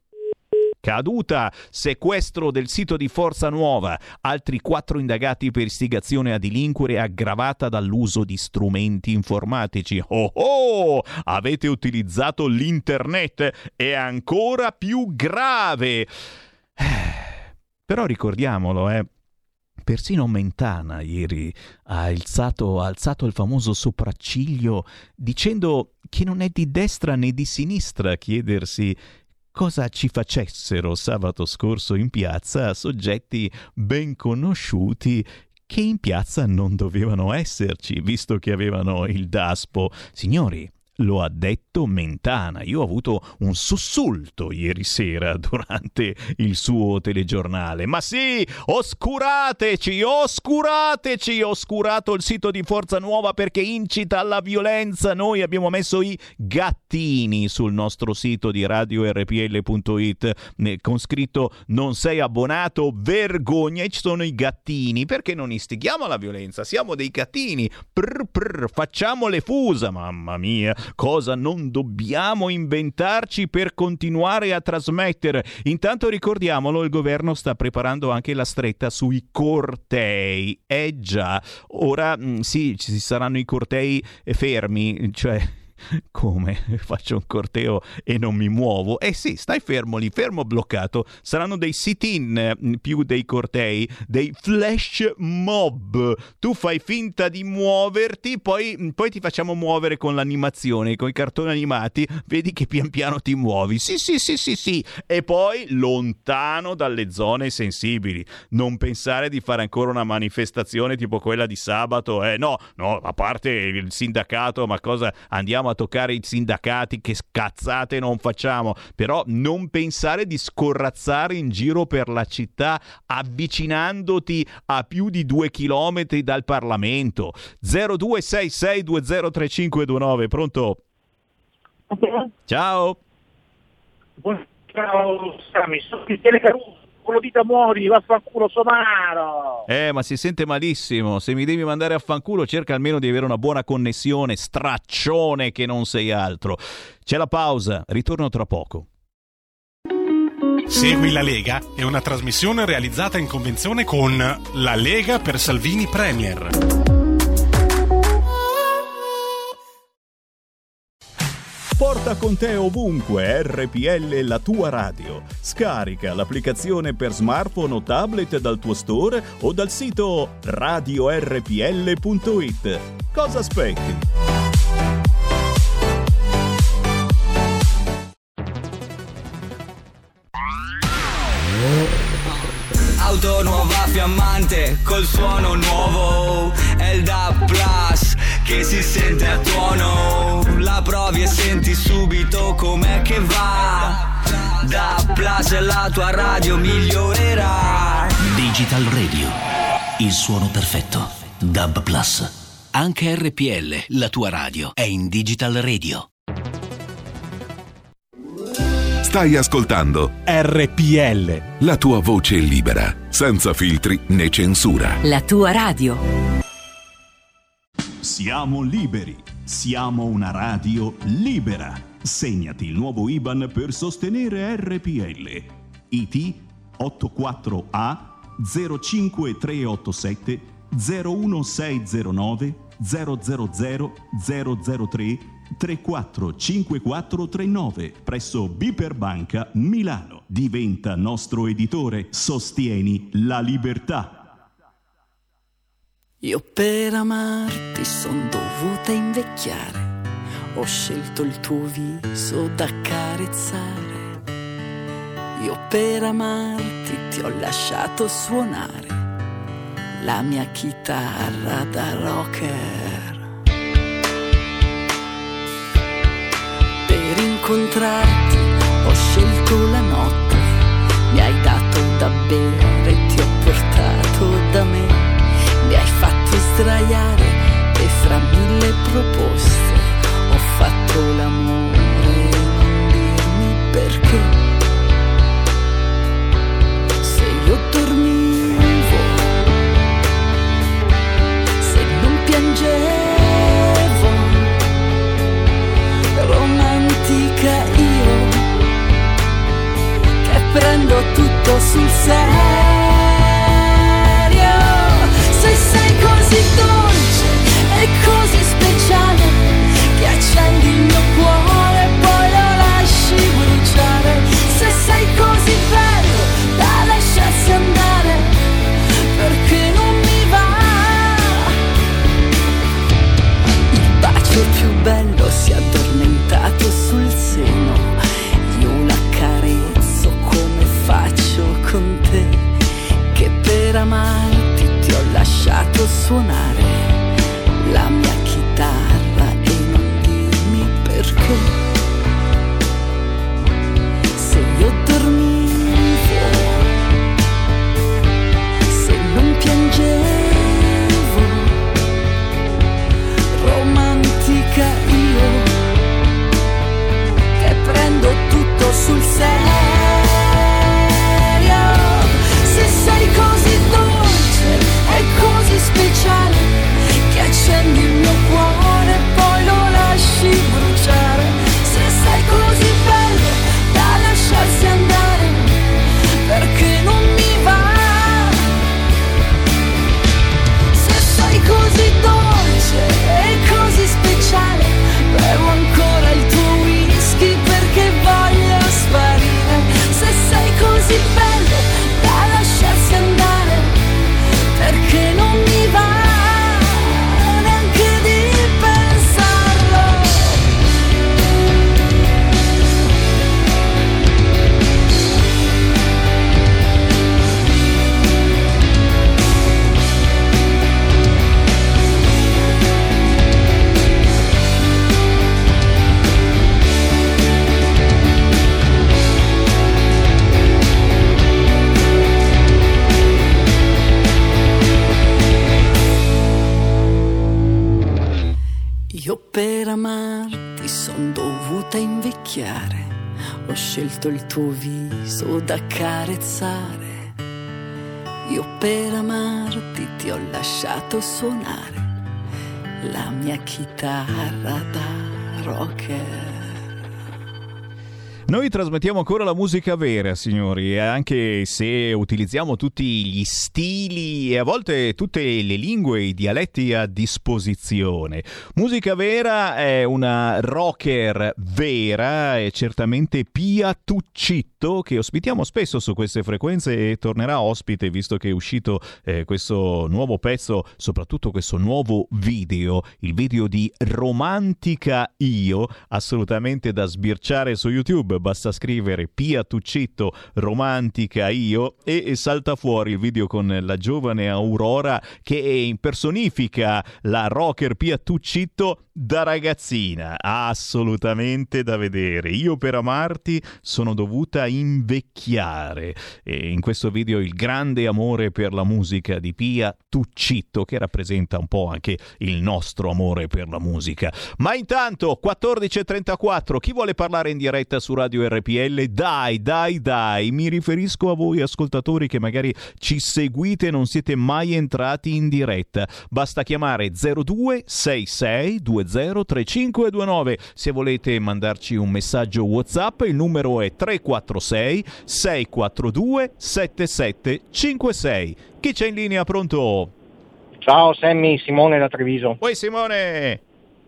Caduta, sequestro del sito di Forza Nuova, altri quattro indagati per istigazione a delinquere aggravata dall'uso di strumenti informatici. Oh oh, avete utilizzato l'internet, è ancora più grave. Però ricordiamolo, eh. Persino Mentana ieri ha alzato, ha alzato il famoso sopracciglio dicendo che non è di destra né di sinistra chiedersi cosa ci facessero sabato scorso in piazza soggetti ben conosciuti che in piazza non dovevano esserci, visto che avevano il DASPO. Signori, lo ha detto Mentana. Io ho avuto un sussulto ieri sera durante il suo telegiornale. Ma sì, oscurateci, oscurateci, oscurato il sito di Forza Nuova perché incita alla violenza. Noi abbiamo messo i gattini sul nostro sito di radio R P L punto it con scritto non sei abbonato, vergogna, e ci sono i gattini. Perché non istighiamo alla violenza? Siamo dei gattini. Prr, prr, facciamo le fusa, mamma mia. Cosa non dobbiamo inventarci per continuare a trasmettere? Intanto ricordiamolo, il governo sta preparando anche la stretta sui cortei. Eh già, ora mh, sì, ci saranno i cortei fermi, cioè... Come? Faccio un corteo e non mi muovo? Eh sì, stai fermo lì, fermo bloccato. Saranno dei sit-in più dei cortei, dei flash mob. Tu fai finta di muoverti, poi, poi ti facciamo muovere con l'animazione, con i cartoni animati, vedi che pian piano ti muovi. Sì, sì, sì, sì, sì. E poi lontano dalle zone sensibili. Non pensare di fare ancora una manifestazione tipo quella di sabato, eh? No, no, a parte il sindacato, ma cosa andiamo a toccare i sindacati, che scazzate non facciamo, però non pensare di scorrazzare in giro per la città avvicinandoti a più di due chilometri dal Parlamento. Zero due sei sei due zero tre cinque due nove, pronto? Ciao. Ciao Sami, sono Cristiane Caruso, quello di Tamori, vaffanculo somaro. Eh, ma si sente malissimo. Se mi devi mandare a fanculo, cerca almeno di avere una buona connessione, straccione che non sei altro. C'è la pausa, ritorno tra poco. Segui la Lega è una trasmissione realizzata in convenzione con La Lega per Salvini Premier. Porta con te ovunque R P L, la tua radio. Scarica l'applicazione per smartphone o tablet dal tuo store o dal sito radio erre pi elle punto it. Cosa aspetti? Auto nuova fiammante col suono nuovo, è il D A B Plus che si sente a tuono. La provi e senti subito com'è che va. D A B Plus e la tua radio migliorerà. Digital Radio, il suono perfetto. D A B Plus. Anche R P L, la tua radio, è in Digital Radio. Stai ascoltando R P L, la tua voce libera, senza filtri né censura. La tua radio. Siamo liberi, siamo una radio libera. Segnati il nuovo I B A N per sostenere R P L. I T ottantaquattro A zero cinque tre otto sette zero uno sei zero nove zero zero zero zero zero tre tre quattro cinque quattro tre nove presso Biper Banca Milano. Diventa nostro editore. Sostieni la libertà. Io per amarti son dovuta invecchiare. Ho scelto il tuo viso da carezzare. Io per amarti ti ho lasciato suonare la mia chitarra da rocker. Per incontrarti ho scelto la notte, mi hai dato da bere, ti ho portato da me, mi hai fatto sdraiare e fra mille proposte ho fatto l'amore e non dirmi perché. Se io dormivo, se non piangevo, romantica io, che prendo tutto sul serio. Se sei così dolce e così speciale, che accendi il mio cuore e poi lo lasci bruciare. Se sei così bello da lasciarsi andare, perché non mi va. Il bacio più bello si è addormentato sul seno, io la carezzo come faccio con te, che per amarti ti ho lasciato suonare la mia chitarra e non dirmi perché. Se io dormivo, se non piangevo, romantica io, che prendo tutto sul serio. Se sei così dolce e così speciale, che accendi il mio cuore e poi lo lasci bruciare. Se sei così bello da lasciarsi andare, perché non mi va. Se sei così dolce e così speciale, bevo ancora il tuo whisky perché voglio sparire. Se sei così bello da lasciarsi andare, perché non mi va neanche di pensarlo. Io per amarti son dovuta invecchiare, ho scelto il tuo viso da carezzare. Io per amarti ti ho lasciato suonare la mia chitarra da rocker. Noi trasmettiamo ancora la musica vera, signori, anche se utilizziamo tutti gli stili e a volte tutte le lingue e i dialetti a disposizione. Musica vera è una rocker vera, è certamente Pia Tuccitto, che ospitiamo spesso su queste frequenze e tornerà ospite visto che è uscito eh, questo nuovo pezzo, soprattutto questo nuovo video, il video di Romantica Io, assolutamente da sbirciare su YouTube. Basta scrivere Pia Tuccitto Romantica Io e salta fuori il video con la giovane Aurora che impersonifica la rocker Pia Tuccitto da ragazzina. Assolutamente da vedere. Io per amarti sono dovuta invecchiare. E in questo video il grande amore per la musica di Pia Tuccitto, che rappresenta un po' anche il nostro amore per la musica. Ma intanto quattordici e trentaquattro, chi vuole parlare in diretta su Radio R P L? Dai, dai, dai, mi riferisco a voi ascoltatori che magari ci seguite e non siete mai entrati in diretta. Basta chiamare zero due sei sei due zero tre cinque due nove. Se volete mandarci un messaggio WhatsApp, il numero è tre quattro sei sei quattro due sette sette cinque sei. Chi c'è in linea? Pronto? Ciao Sammy, Simone da Treviso. Oi Simone!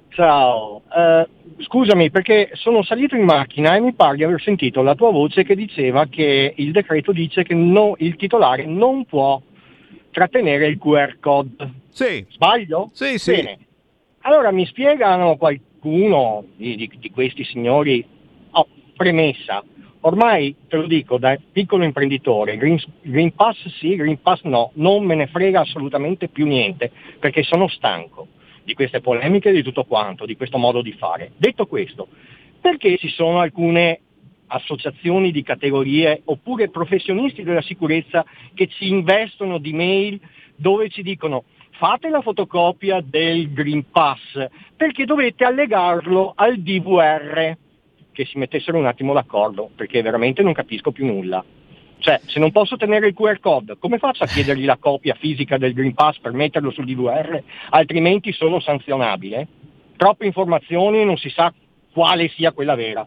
Ciao, uh, scusami perché sono salito in macchina e mi pare di aver sentito la tua voce che diceva che il decreto dice che no, il titolare non può trattenere il Q R code. Sì. Sbaglio? Sì, sì. Bene. Allora mi spiegano qualcuno di, di, di questi signori, oh, premessa, ormai te lo dico da piccolo imprenditore, Green, Green Pass sì, Green Pass no, non me ne frega assolutamente più niente perché sono stanco di queste polemiche e di tutto quanto, di questo modo di fare. Detto questo, perché ci sono alcune associazioni di categorie oppure professionisti della sicurezza che ci investono di mail dove ci dicono fate la fotocopia del Green Pass perché dovete allegarlo al D V R, che si mettessero un attimo d'accordo perché veramente non capisco più nulla. Cioè, se non posso tenere il Q R code, come faccio a chiedergli la copia fisica del Green Pass per metterlo sul D V R? Altrimenti sono sanzionabile. Troppe informazioni, non si sa quale sia quella vera.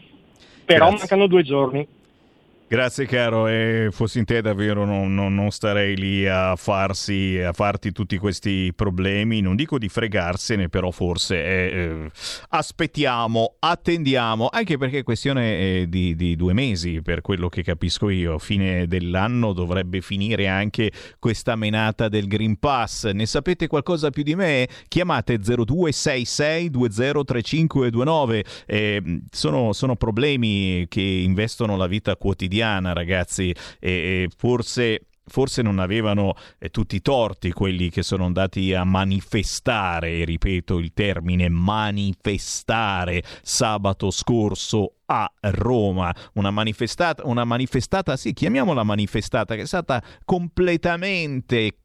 Però Grazie. Mancano due giorni. Grazie caro, e fossi in te davvero non, non, non starei lì a farsi a farti tutti questi problemi, non dico di fregarsene, però forse eh, eh, aspettiamo, attendiamo, anche perché è questione eh, di, di due mesi per quello che capisco io, fine dell'anno dovrebbe finire anche questa menata del Green Pass. Ne sapete qualcosa più di me? Chiamate zero due sei sei due zero tre cinque due nove, eh, sono, sono problemi che investono la vita quotidiana, ragazzi, e, e forse forse non avevano eh, tutti i torti quelli che sono andati a manifestare, ripeto il termine manifestare, sabato scorso a Roma, una manifestata, una manifestata, sì, chiamiamola manifestata, che è stata completamente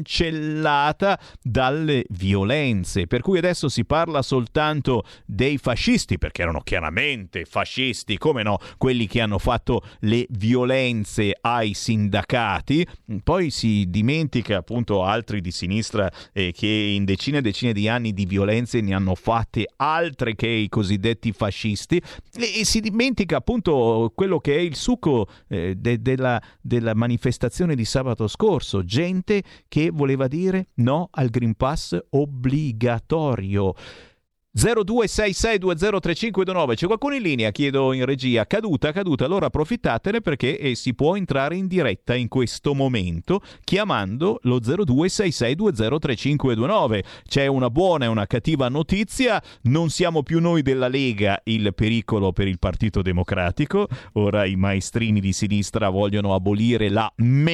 cancellata dalle violenze, per cui adesso si parla soltanto dei fascisti, perché erano chiaramente fascisti, come no, quelli che hanno fatto le violenze ai sindacati. Poi si dimentica appunto altri di sinistra eh, che in decine e decine di anni di violenze ne hanno fatte altre che i cosiddetti fascisti, e, e si dimentica appunto quello che è il succo eh, de- della, della manifestazione di sabato scorso, gente che voleva dire no al Green Pass obbligatorio. zero due sei sei due zero tre cinque due nove, c'è qualcuno in linea? Chiedo in regia. Caduta, caduta, allora approfittatene perché eh, si può entrare in diretta in questo momento chiamando lo zero due sei sei due zero tre cinque due nove. C'è una buona e una cattiva notizia: non siamo più noi della Lega il pericolo per il Partito Democratico. Ora i maestrini di sinistra vogliono abolire la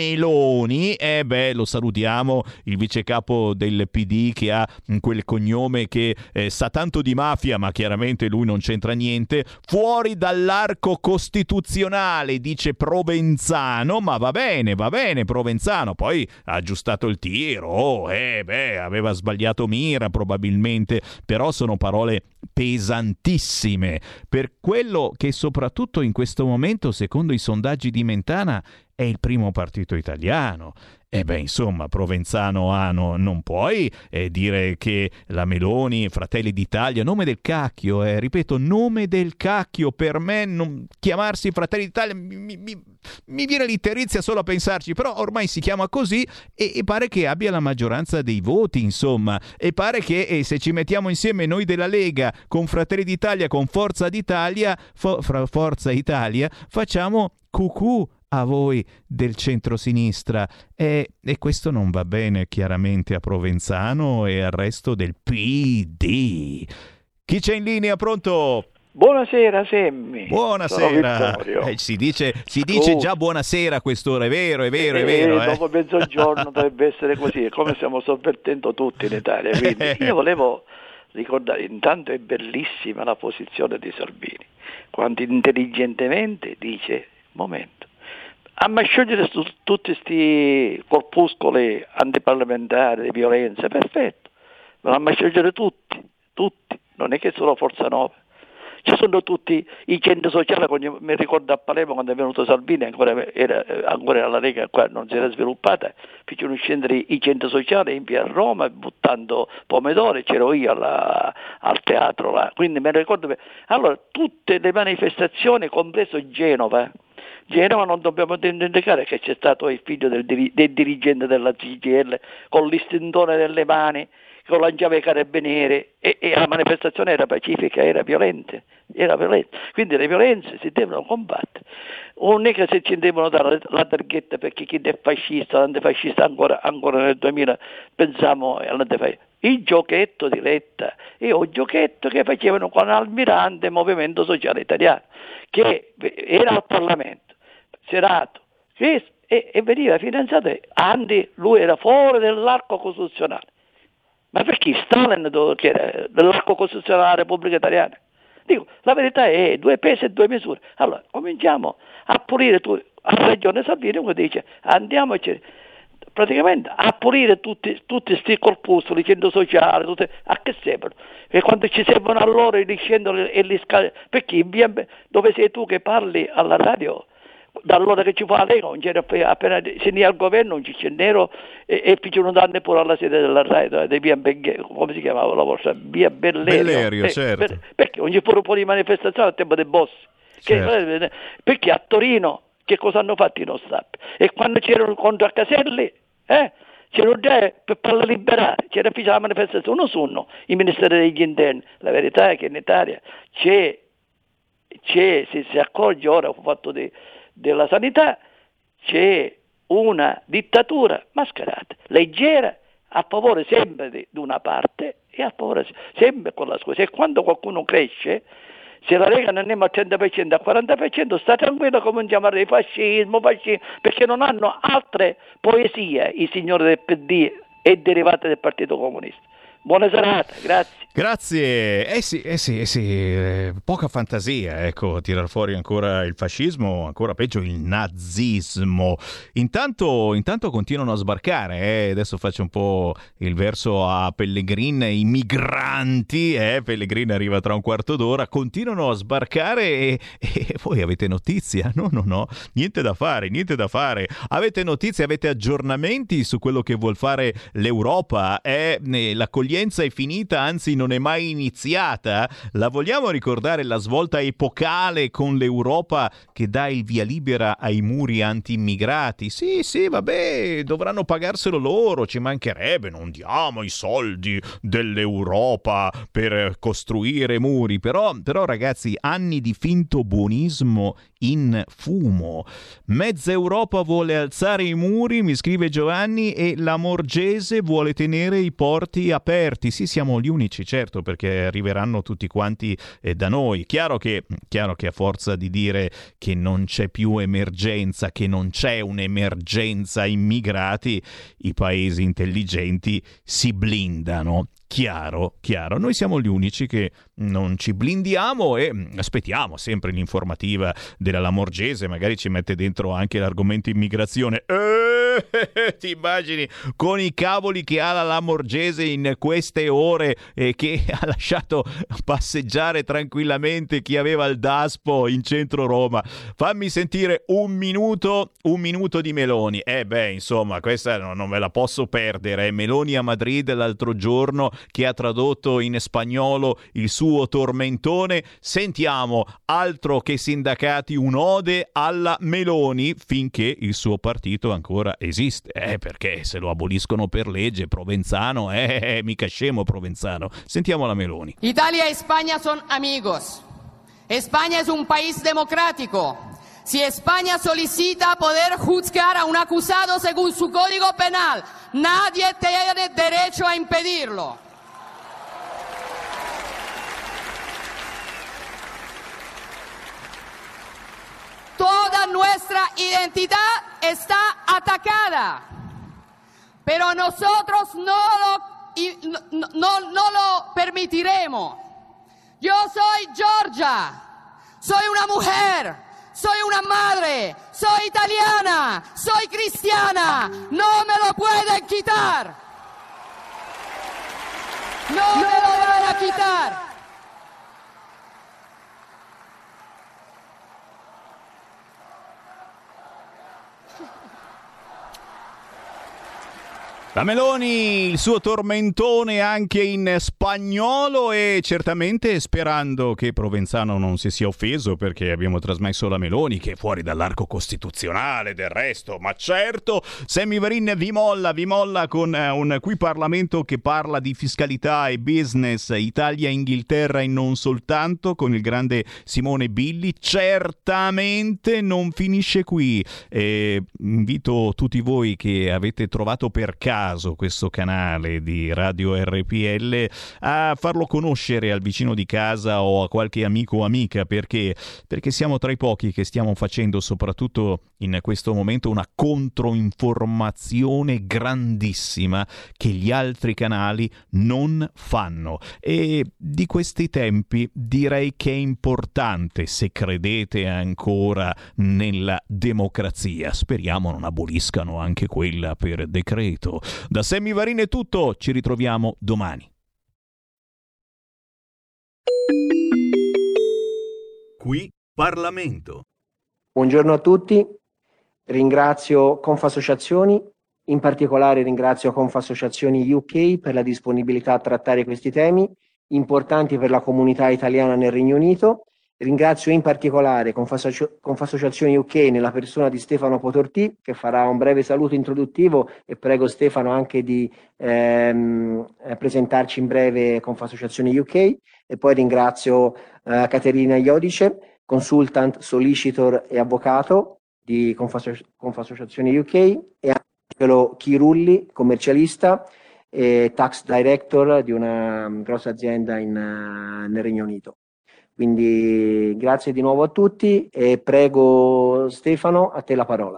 Meloni, e eh beh, lo salutiamo, il vicecapo del P D che ha quel cognome che eh, sa tanto di mafia, ma chiaramente lui non c'entra niente. Fuori dall'arco costituzionale, dice Provenzano, ma va bene, va bene Provenzano, poi ha aggiustato il tiro, oh, eh beh, aveva sbagliato mira probabilmente, però sono parole pesantissime per quello che soprattutto in questo momento, secondo i sondaggi di Mentana, è il primo partito italiano. E beh, insomma, Provenzano ah, no, non puoi eh, dire che la Meloni, Fratelli d'Italia, nome del cacchio, eh, ripeto, nome del cacchio, per me non, chiamarsi Fratelli d'Italia mi, mi, mi viene l'itterizia solo a pensarci, però ormai si chiama così e, e pare che abbia la maggioranza dei voti, insomma, e pare che eh, se ci mettiamo insieme noi della Lega con Fratelli d'Italia, con Forza d'Italia, fo, fra Forza Italia, facciamo cucù a voi del centro-sinistra e, e questo non va bene chiaramente a Provenzano e al resto del P D. Chi c'è in linea? Pronto? Buonasera Semmi. Buonasera. Eh, si dice, si dice già buonasera a quest'ora, è vero, è vero, è vero. Eh, eh. Dopo mezzogiorno dovrebbe essere così, è come stiamo sovvertendo tutti in Italia. Quindi io volevo ricordare, intanto è bellissima la posizione di Salvini, quando intelligentemente dice, momento, a sciogliere su, tutti questi corpuscoli antiparlamentari di violenza, perfetto, ma a sciogliere tutti, tutti, non è che solo Forza Nuova. Ci sono tutti i centri sociali, mi ricordo a Palermo quando è venuto Salvini, ancora era, ancora la Lega qua non si era sviluppata, fecero scendere i centri sociali in via Roma buttando pomodori, c'ero io alla, al teatro là, quindi mi ricordo. Allora tutte le manifestazioni, compreso Genova, Genova non dobbiamo dimenticare che c'è stato il figlio del, diri- del dirigente della C G I L con l'istintone nelle mani, che lanciava i carabinieri e, e la manifestazione era pacifica, era violenta, era violenta. Quindi le violenze si devono combattere. Non è che se ci devono dare la targhetta perché chi è fascista, l'antifascista ancora, ancora nel duemila pensiamo all'antifascista. Il giochetto di Letta è un giochetto che facevano con Almirante Movimento Sociale Italiano, che era al Parlamento, Senato, e, e veniva finanziato, anzi lui era fuori dell'arco costituzionale. Ma perché Stalin che era dell'arco costituzionale della Repubblica Italiana? Dico, la verità è due pesi e due misure. Allora, cominciamo a pulire, tu, a ragione Salvini che dice, andiamoci praticamente a pulire tutti questi corpuscoli, i centri sociali, tutte, a che servono? E quando ci servono a loro li scendono e li scalano, perché in via, dove sei tu che parli alla radio? Da allora che ci fa la Lega, non c'era appena se ne al governo, non c'è nero e, e piccino danno pure alla sede della RAI, di via Beghe, come si chiamava la borsa? Via Bellerio. Bellerio, eh, certo. Per, perché non c'è pure un po' di manifestazione al tempo dei boss. Certo. Che, perché a Torino che cosa hanno fatto i nostri staff? E quando c'erano contro a Caselli, eh? C'erano già per farla liberare, c'era fissa la manifestazione, uno su uno, il Ministero degli Interni. La verità è che in Italia c'è, c'è se si accorge ora, ho fatto di della sanità, c'è una dittatura mascherata, leggera, a favore sempre di, di una parte e a favore sempre con la scusa. E quando qualcuno cresce, se la Lega non andiamo al cento per cento, al quaranta per cento, sta tranquillo, cominciamo a dire fascismo, fascismo, perché non hanno altre poesie i signori del P D e derivate del Partito Comunista. Buona serata, grazie. Grazie. Eh sì, eh sì, eh sì, eh, poca fantasia, ecco, tirar fuori ancora il fascismo, ancora peggio il nazismo. Intanto, intanto continuano a sbarcare, eh. Adesso faccio un po' il verso a Pellegrin, i migranti, eh. Pellegrin arriva tra un quarto d'ora, continuano a sbarcare e, e voi avete notizia? No, no, no, niente da fare, niente da fare. Avete notizie, avete aggiornamenti su quello che vuol fare l'Europa? Eh, l'accoglienza è finita, anzi non è mai iniziata. La vogliamo ricordare la svolta epocale con l'Europa che dà il via libera ai muri anti-immigrati? Sì, sì, vabbè, dovranno pagarselo loro, ci mancherebbe, non diamo i soldi dell'Europa per costruire muri, però, però ragazzi, anni di finto buonismo in fumo. Mezza Europa vuole alzare i muri, mi scrive Giovanni, e la Morgese vuole tenere i porti aperti. Sì, siamo gli unici, certo, perché arriveranno tutti quanti eh, da noi. Chiaro che, chiaro che a forza di dire che non c'è più emergenza, che non c'è un'emergenza immigrati, i paesi intelligenti si blindano. chiaro, chiaro. Noi siamo gli unici che non ci blindiamo e aspettiamo sempre l'informativa della Lamorgese, magari ci mette dentro anche l'argomento immigrazione. Eh, ti immagini con i cavoli che ha la Lamorgese in queste ore e che ha lasciato passeggiare tranquillamente chi aveva il Daspo in centro Roma. Fammi sentire un minuto, un minuto di Meloni. Eh beh, insomma, questa non, non me la posso perdere. Meloni a Madrid l'altro giorno, che ha tradotto in spagnolo il suo tormentone. Sentiamo, altro che sindacati, un'ode alla Meloni finché il suo partito ancora esiste, eh, perché se lo aboliscono per legge, Provenzano, eh, eh, mica scemo Provenzano. Sentiamo la Meloni. Italia y España son amigos. España es un país democrático. Si España solicita poder juzgar a un acusado según su código penal, nadie tiene derecho a impedirlo. Toda nuestra identidad está atacada, pero nosotros no lo, no, no, no lo permitiremos. Yo soy Giorgia, soy una mujer, soy una madre, soy italiana, soy cristiana, no me lo pueden quitar. No me lo van a quitar. La Meloni, il suo tormentone anche in spagnolo, e certamente sperando che Provenzano non si sia offeso perché abbiamo trasmesso la Meloni, che è fuori dall'arco costituzionale del resto, ma certo. Sammy Varin vi molla, vi molla con un Qui Parlamento che parla di fiscalità e business, Italia, Inghilterra e non soltanto, con il grande Simone Billi. Certamente non finisce qui. E invito tutti voi che avete trovato per caso questo canale di Radio R P L a farlo conoscere al vicino di casa o a qualche amico o amica, perché perché siamo tra i pochi che stiamo facendo, soprattutto in questo momento, una controinformazione grandissima che gli altri canali non fanno, e di questi tempi direi che è importante, se credete ancora nella democrazia. Speriamo non aboliscano anche quella per decreto. Da Sammy Varin è tutto, ci ritroviamo domani. Qui Parlamento. Buongiorno a tutti, ringrazio Confassociazioni, in particolare ringrazio Confassociazioni U K per la disponibilità a trattare questi temi importanti per la comunità italiana nel Regno Unito. Ringrazio in particolare Confassoci- Confassociazioni U K nella persona di Stefano Potortì, che farà un breve saluto introduttivo, e prego Stefano anche di ehm, eh, presentarci in breve Confassociazioni U K. E poi ringrazio eh, Caterina Iodice, consultant, solicitor e avvocato di Confasso- Confassociazioni U K, e Angelo Chirulli, commercialista e tax director di una grossa azienda in, uh, nel Regno Unito. Quindi grazie di nuovo a tutti e prego Stefano, a te la parola.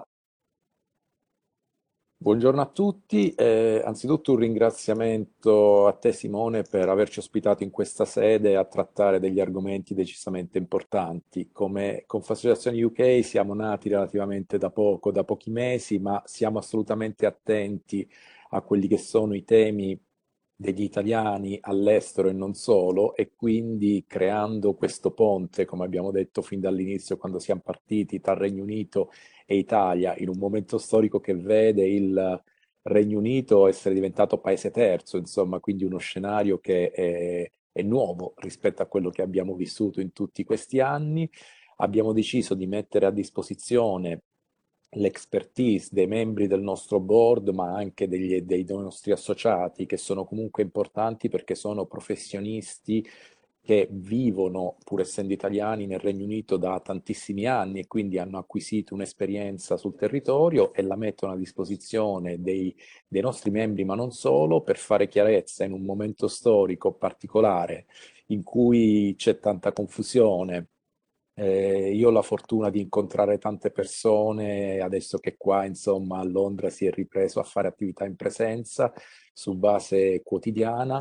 Buongiorno a tutti, eh, anzitutto un ringraziamento a te Simone per averci ospitato in questa sede a trattare degli argomenti decisamente importanti. Come Confassociazioni U K siamo nati relativamente da poco, da pochi mesi, ma siamo assolutamente attenti a quelli che sono i temi degli italiani all'estero e non solo, e quindi creando questo ponte, come abbiamo detto fin dall'inizio quando siamo partiti, tra Regno Unito e Italia, in un momento storico che vede il Regno Unito essere diventato paese terzo, insomma, quindi uno scenario che è, è nuovo rispetto a quello che abbiamo vissuto in tutti questi anni. Abbiamo deciso di mettere a disposizione l'expertise dei membri del nostro board, ma anche degli, dei nostri associati, che sono comunque importanti perché sono professionisti che vivono, pur essendo italiani, nel Regno Unito da tantissimi anni e quindi hanno acquisito un'esperienza sul territorio e la mettono a disposizione dei, dei nostri membri, ma non solo, per fare chiarezza in un momento storico particolare in cui c'è tanta confusione. Eh, io ho la fortuna di incontrare tante persone adesso che qua, insomma, a Londra si è ripreso a fare attività in presenza su base quotidiana,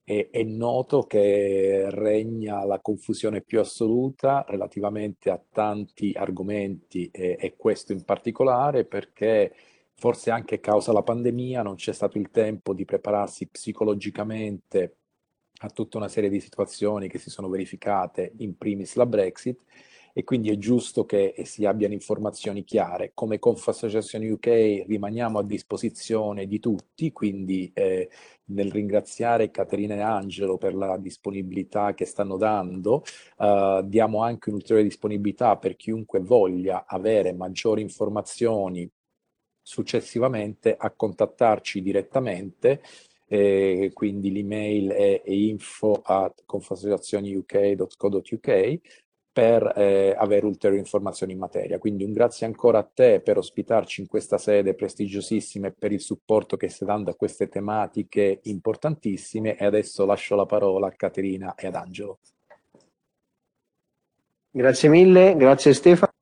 è, è noto che regna la confusione più assoluta relativamente a tanti argomenti e, e questo in particolare perché forse anche a causa della pandemia non c'è stato il tempo di prepararsi psicologicamente a tutta una serie di situazioni che si sono verificate, in primis la Brexit, e quindi è giusto che si abbiano informazioni chiare. Come Confassociazione U K rimaniamo a disposizione di tutti, quindi eh, nel ringraziare Caterina e Angelo per la disponibilità che stanno dando, eh, diamo anche un'ulteriore disponibilità per chiunque voglia avere maggiori informazioni successivamente a contattarci direttamente. Eh, quindi l'email è info at confassociazioniuk punto co punto uk per eh, avere ulteriori informazioni in materia. Quindi un grazie ancora a te per ospitarci in questa sede prestigiosissima e per il supporto che stai dando a queste tematiche importantissime, e adesso lascio la parola a Caterina e ad Angelo. Grazie mille, grazie Stefano.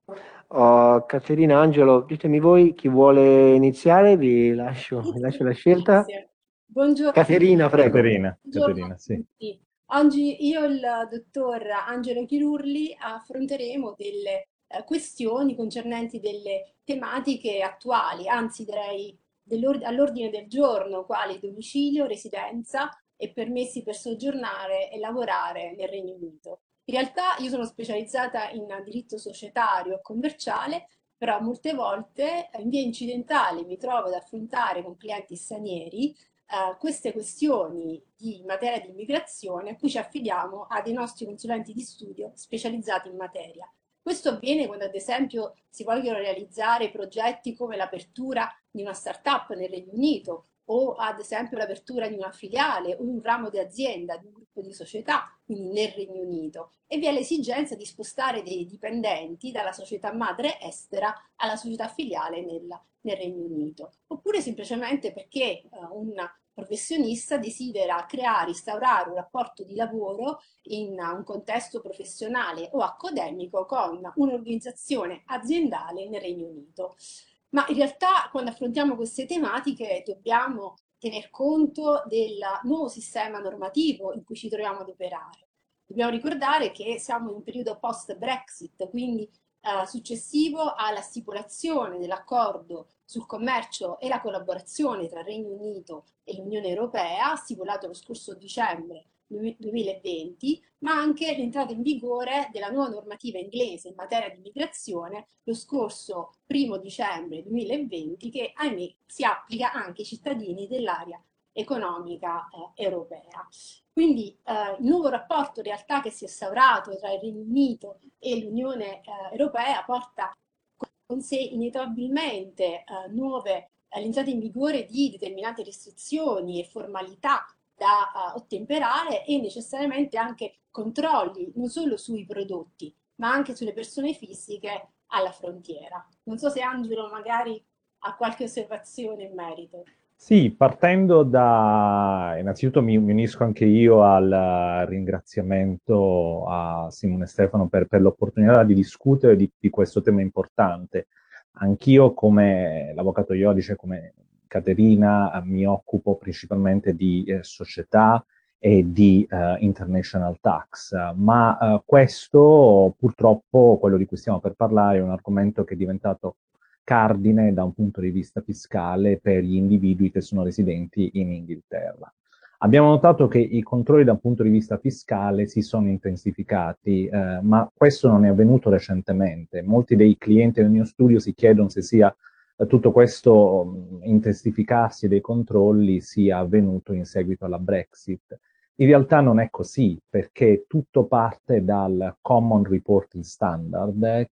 Oh, Caterina, Angelo, ditemi voi chi vuole iniziare, vi lascio, vi lascio la scelta. Grazie. Buongiorno. Caterina, prego. Caterina, Buongiorno Caterina, a sì. tutti. Oggi io e il dottor Angelo Chirurli affronteremo delle eh, questioni concernenti delle tematiche attuali, anzi direi all'ordine del giorno, quali domicilio, residenza e permessi per soggiornare e lavorare nel Regno Unito. In realtà io sono specializzata in diritto societario e commerciale, però molte volte in via incidentale mi trovo ad affrontare con clienti stranieri Uh, queste questioni di materia di immigrazione a cui ci affidiamo a dei nostri consulenti di studio specializzati in materia. Questo avviene quando ad esempio si vogliono realizzare progetti come l'apertura di una startup nel Regno Unito o ad esempio l'apertura di una filiale o un ramo di azienda, di un gruppo di società, quindi nel Regno Unito, e vi è l'esigenza di spostare dei dipendenti dalla società madre estera alla società filiale nella, nel Regno Unito, oppure semplicemente perché uh, un professionista desidera creare, instaurare un rapporto di lavoro in un contesto professionale o accademico con un'organizzazione aziendale nel Regno Unito. Ma in realtà quando affrontiamo queste tematiche dobbiamo tener conto del nuovo sistema normativo in cui ci troviamo ad operare. Dobbiamo ricordare che siamo in un periodo post-Brexit, quindi eh, successivo alla stipulazione dell'accordo sul commercio e la collaborazione tra il Regno Unito e l'Unione Europea, stipulato lo scorso dicembre duemilaventi, ma anche l'entrata in vigore della nuova normativa inglese in materia di immigrazione lo scorso primo dicembre duemilaventi, che ahimè si applica anche ai cittadini dell'area economica eh, europea. Quindi eh, il nuovo rapporto in realtà che si è instaurato tra il Regno Unito e l'Unione eh, Europea porta con sé inevitabilmente eh, nuove eh, l'entrata in vigore di determinate restrizioni e formalità da uh, ottemperare e necessariamente anche controlli non solo sui prodotti ma anche sulle persone fisiche alla frontiera. Non so se Angelo magari ha qualche osservazione in merito. Sì, partendo da... innanzitutto mi, mi unisco anche io al ringraziamento a Simone e Stefano per, per l'opportunità di discutere di, di questo tema importante. Anch'io come l'avvocato Iodice, come Caterina, mi occupo principalmente di eh, società e di uh, international tax, ma uh, questo purtroppo, quello di cui stiamo per parlare, è un argomento che è diventato cardine da un punto di vista fiscale per gli individui che sono residenti in Inghilterra. Abbiamo notato che i controlli da un punto di vista fiscale si sono intensificati, eh, ma questo non è avvenuto recentemente. Molti dei clienti del mio studio si chiedono se sia tutto questo um, intensificarsi dei controlli sia avvenuto in seguito alla Brexit. In realtà non è così, perché tutto parte dal Common Reporting Standard.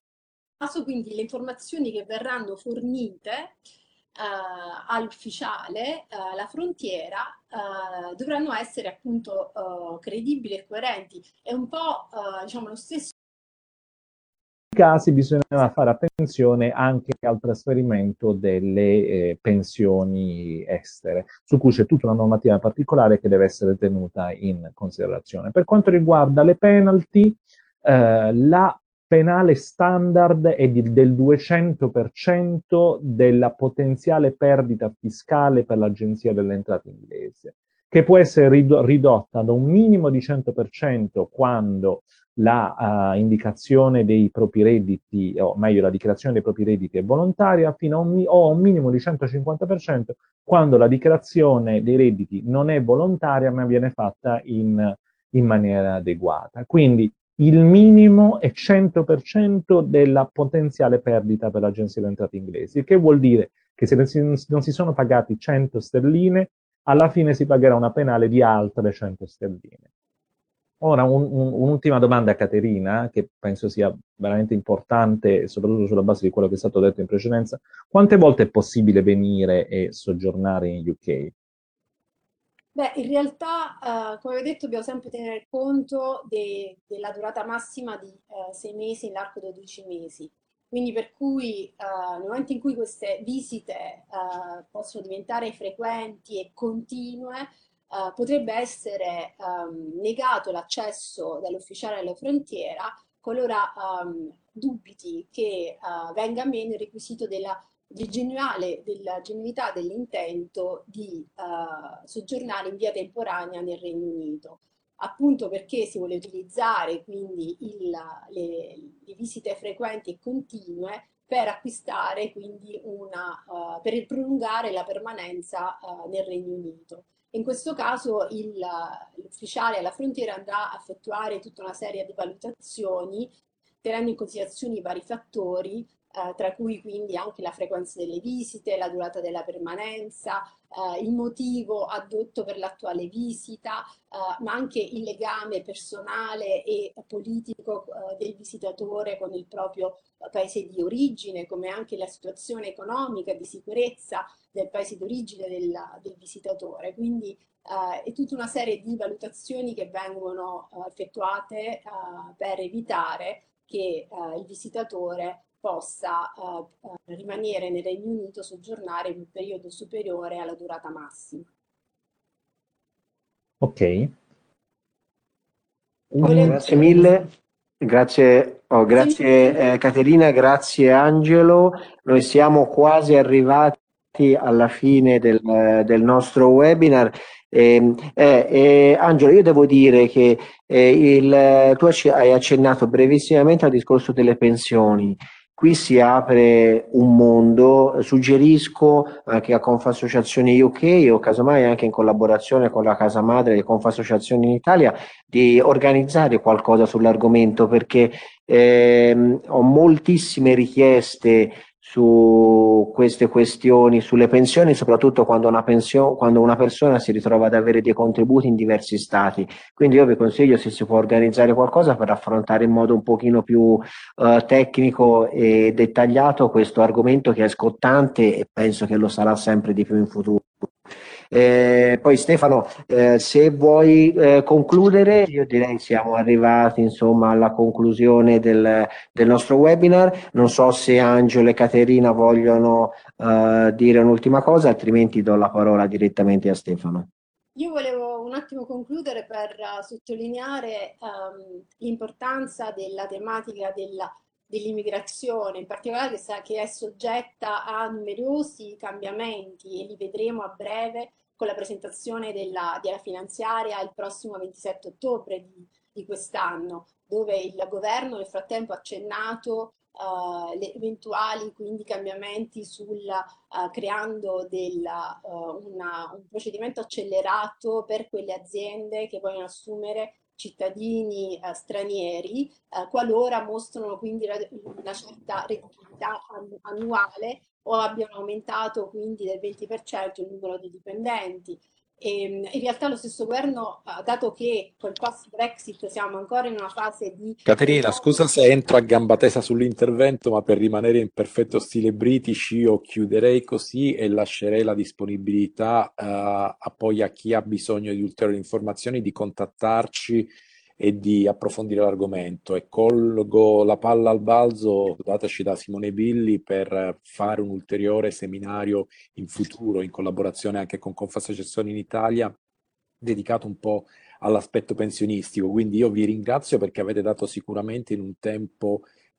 Quindi le informazioni che verranno fornite uh, all'ufficiale uh, alla frontiera uh, dovranno essere appunto uh, credibili e coerenti. È un po' uh, diciamo lo stesso. Casi bisogna fare attenzione anche al trasferimento delle eh, pensioni estere, su cui c'è tutta una normativa particolare che deve essere tenuta in considerazione. Per quanto riguarda le penalty, eh, la penale standard è di, del duecento per cento della potenziale perdita fiscale per l'Agenzia delle Entrate inglese. che può essere rid- ridotta da un minimo di cento per cento quando la uh, indicazione dei propri redditi, o meglio la dichiarazione dei propri redditi è volontaria, fino a un, mi- o a un minimo di centocinquanta per cento quando la dichiarazione dei redditi non è volontaria ma viene fatta in, in maniera adeguata. Quindi il minimo è cento per cento della potenziale perdita per l'Agenzia delle Entrate inglesi, il che vuol dire che se non si sono pagati cento sterline, alla fine si pagherà una penale di altre cento sterline. Ora un, un, un'ultima domanda a Caterina, che penso sia veramente importante, soprattutto sulla base di quello che è stato detto in precedenza. Quante volte è possibile venire e soggiornare in U K? Beh, in realtà, eh, come ho detto, dobbiamo sempre tenere conto de- della durata massima di eh, sei mesi nell'arco di dodici mesi. Quindi per cui eh, nel momento in cui queste visite eh, possono diventare frequenti e continue, eh, potrebbe essere ehm, negato l'accesso dall'ufficiale alla frontiera qualora ehm, dubiti che eh, venga meno il requisito della di genuale, della genuinità dell'intento di uh, soggiornare in via temporanea nel Regno Unito, appunto perché si vuole utilizzare quindi il, le, le visite frequenti e continue per acquistare quindi una, uh, per prolungare la permanenza uh, nel Regno Unito. In questo caso il, l'ufficiale alla frontiera andrà a effettuare tutta una serie di valutazioni tenendo in considerazione i vari fattori, Eh, tra cui quindi anche la frequenza delle visite, la durata della permanenza, eh, il motivo addotto per l'attuale visita, eh, ma anche il legame personale e politico eh, del visitatore con il proprio paese di origine, come anche la situazione economica di sicurezza del paese di origine del, del visitatore. Quindi eh, è tutta una serie di valutazioni che vengono eh, effettuate eh, per evitare che eh, il visitatore possa uh, rimanere nel Regno Unito, soggiornare in un periodo superiore alla durata massima. Ok. Um, grazie mille, grazie, oh, grazie eh, Caterina, grazie Angelo. Noi siamo quasi arrivati alla fine del, del nostro webinar. Eh, eh, eh, Angelo, io devo dire che eh, il, tu hai accennato brevissimamente al discorso delle pensioni. Qui si apre un mondo, suggerisco anche a Confassociazioni U K o casomai anche in collaborazione con la casa madre di Confassociazioni in Italia di organizzare qualcosa sull'argomento perché ehm, ho moltissime richieste su queste questioni, sulle pensioni, soprattutto quando una, pensio- quando una persona si ritrova ad avere dei contributi in diversi stati. Quindi io vi consiglio se si può organizzare qualcosa per affrontare in modo un pochino più eh, tecnico e dettagliato questo argomento che è scottante e penso che lo sarà sempre di più in futuro. Eh, poi Stefano, eh, se vuoi eh, concludere, io direi siamo arrivati insomma alla conclusione del, del nostro webinar. Non so se Angelo e Caterina vogliono eh, dire un'ultima cosa, altrimenti do la parola direttamente a Stefano. Io volevo un attimo concludere per uh, sottolineare um, l'importanza della tematica della, dell'immigrazione, in particolare che, sa, che è soggetta a numerosi cambiamenti e li vedremo a breve con la presentazione della, della finanziaria il prossimo ventisette ottobre di, di quest'anno, dove il governo nel frattempo ha accennato Uh, le eventuali quindi cambiamenti sul uh, creando del, uh, una, un procedimento accelerato per quelle aziende che vogliono assumere cittadini uh, stranieri uh, qualora mostrano quindi una certa redditività annuale o abbiano aumentato quindi del venti per cento il numero di dipendenti. E, in realtà lo stesso governo, dato che col post Brexit siamo ancora in una fase di... Caterina, scusa se entro a gamba tesa sull'intervento, ma per rimanere in perfetto stile british io chiuderei così e lascerei la disponibilità uh, a poi a chi ha bisogno di ulteriori informazioni di contattarci e di approfondire l'argomento, e colgo la palla al balzo dateci da Simone Billi per fare un ulteriore seminario in futuro in collaborazione anche con Confassociazioni in Italia dedicato un po' all'aspetto pensionistico. Quindi io vi ringrazio perché avete dato sicuramente in un tempo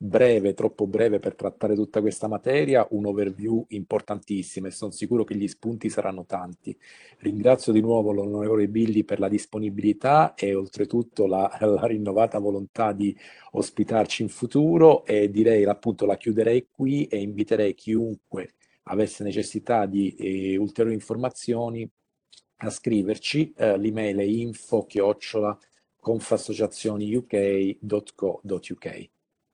breve, troppo breve per trattare tutta questa materia, un overview importantissimo e sono sicuro che gli spunti saranno tanti. Ringrazio di nuovo l'onorevole Billy per la disponibilità e oltretutto la, la rinnovata volontà di ospitarci in futuro, e direi appunto la chiuderei qui e inviterei chiunque avesse necessità di eh, ulteriori informazioni a scriverci. Eh, l'email è info chiocciola confassociazioniuk punto co punto uk.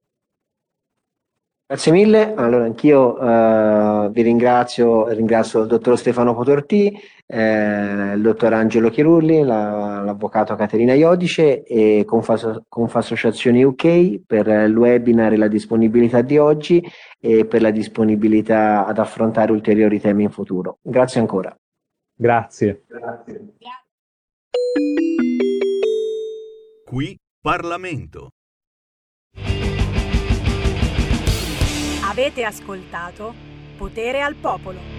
Grazie mille, allora anch'io eh, vi ringrazio, ringrazio il dottor Stefano Potortì, eh, il dottor Angelo Chirulli, la, l'avvocato Caterina Iodice e Confasso- Confassociazioni U K per il webinar e la disponibilità di oggi e per la disponibilità ad affrontare ulteriori temi in futuro. Grazie ancora. Grazie. Grazie. Qui Parlamento. Avete ascoltato Potere al Popolo.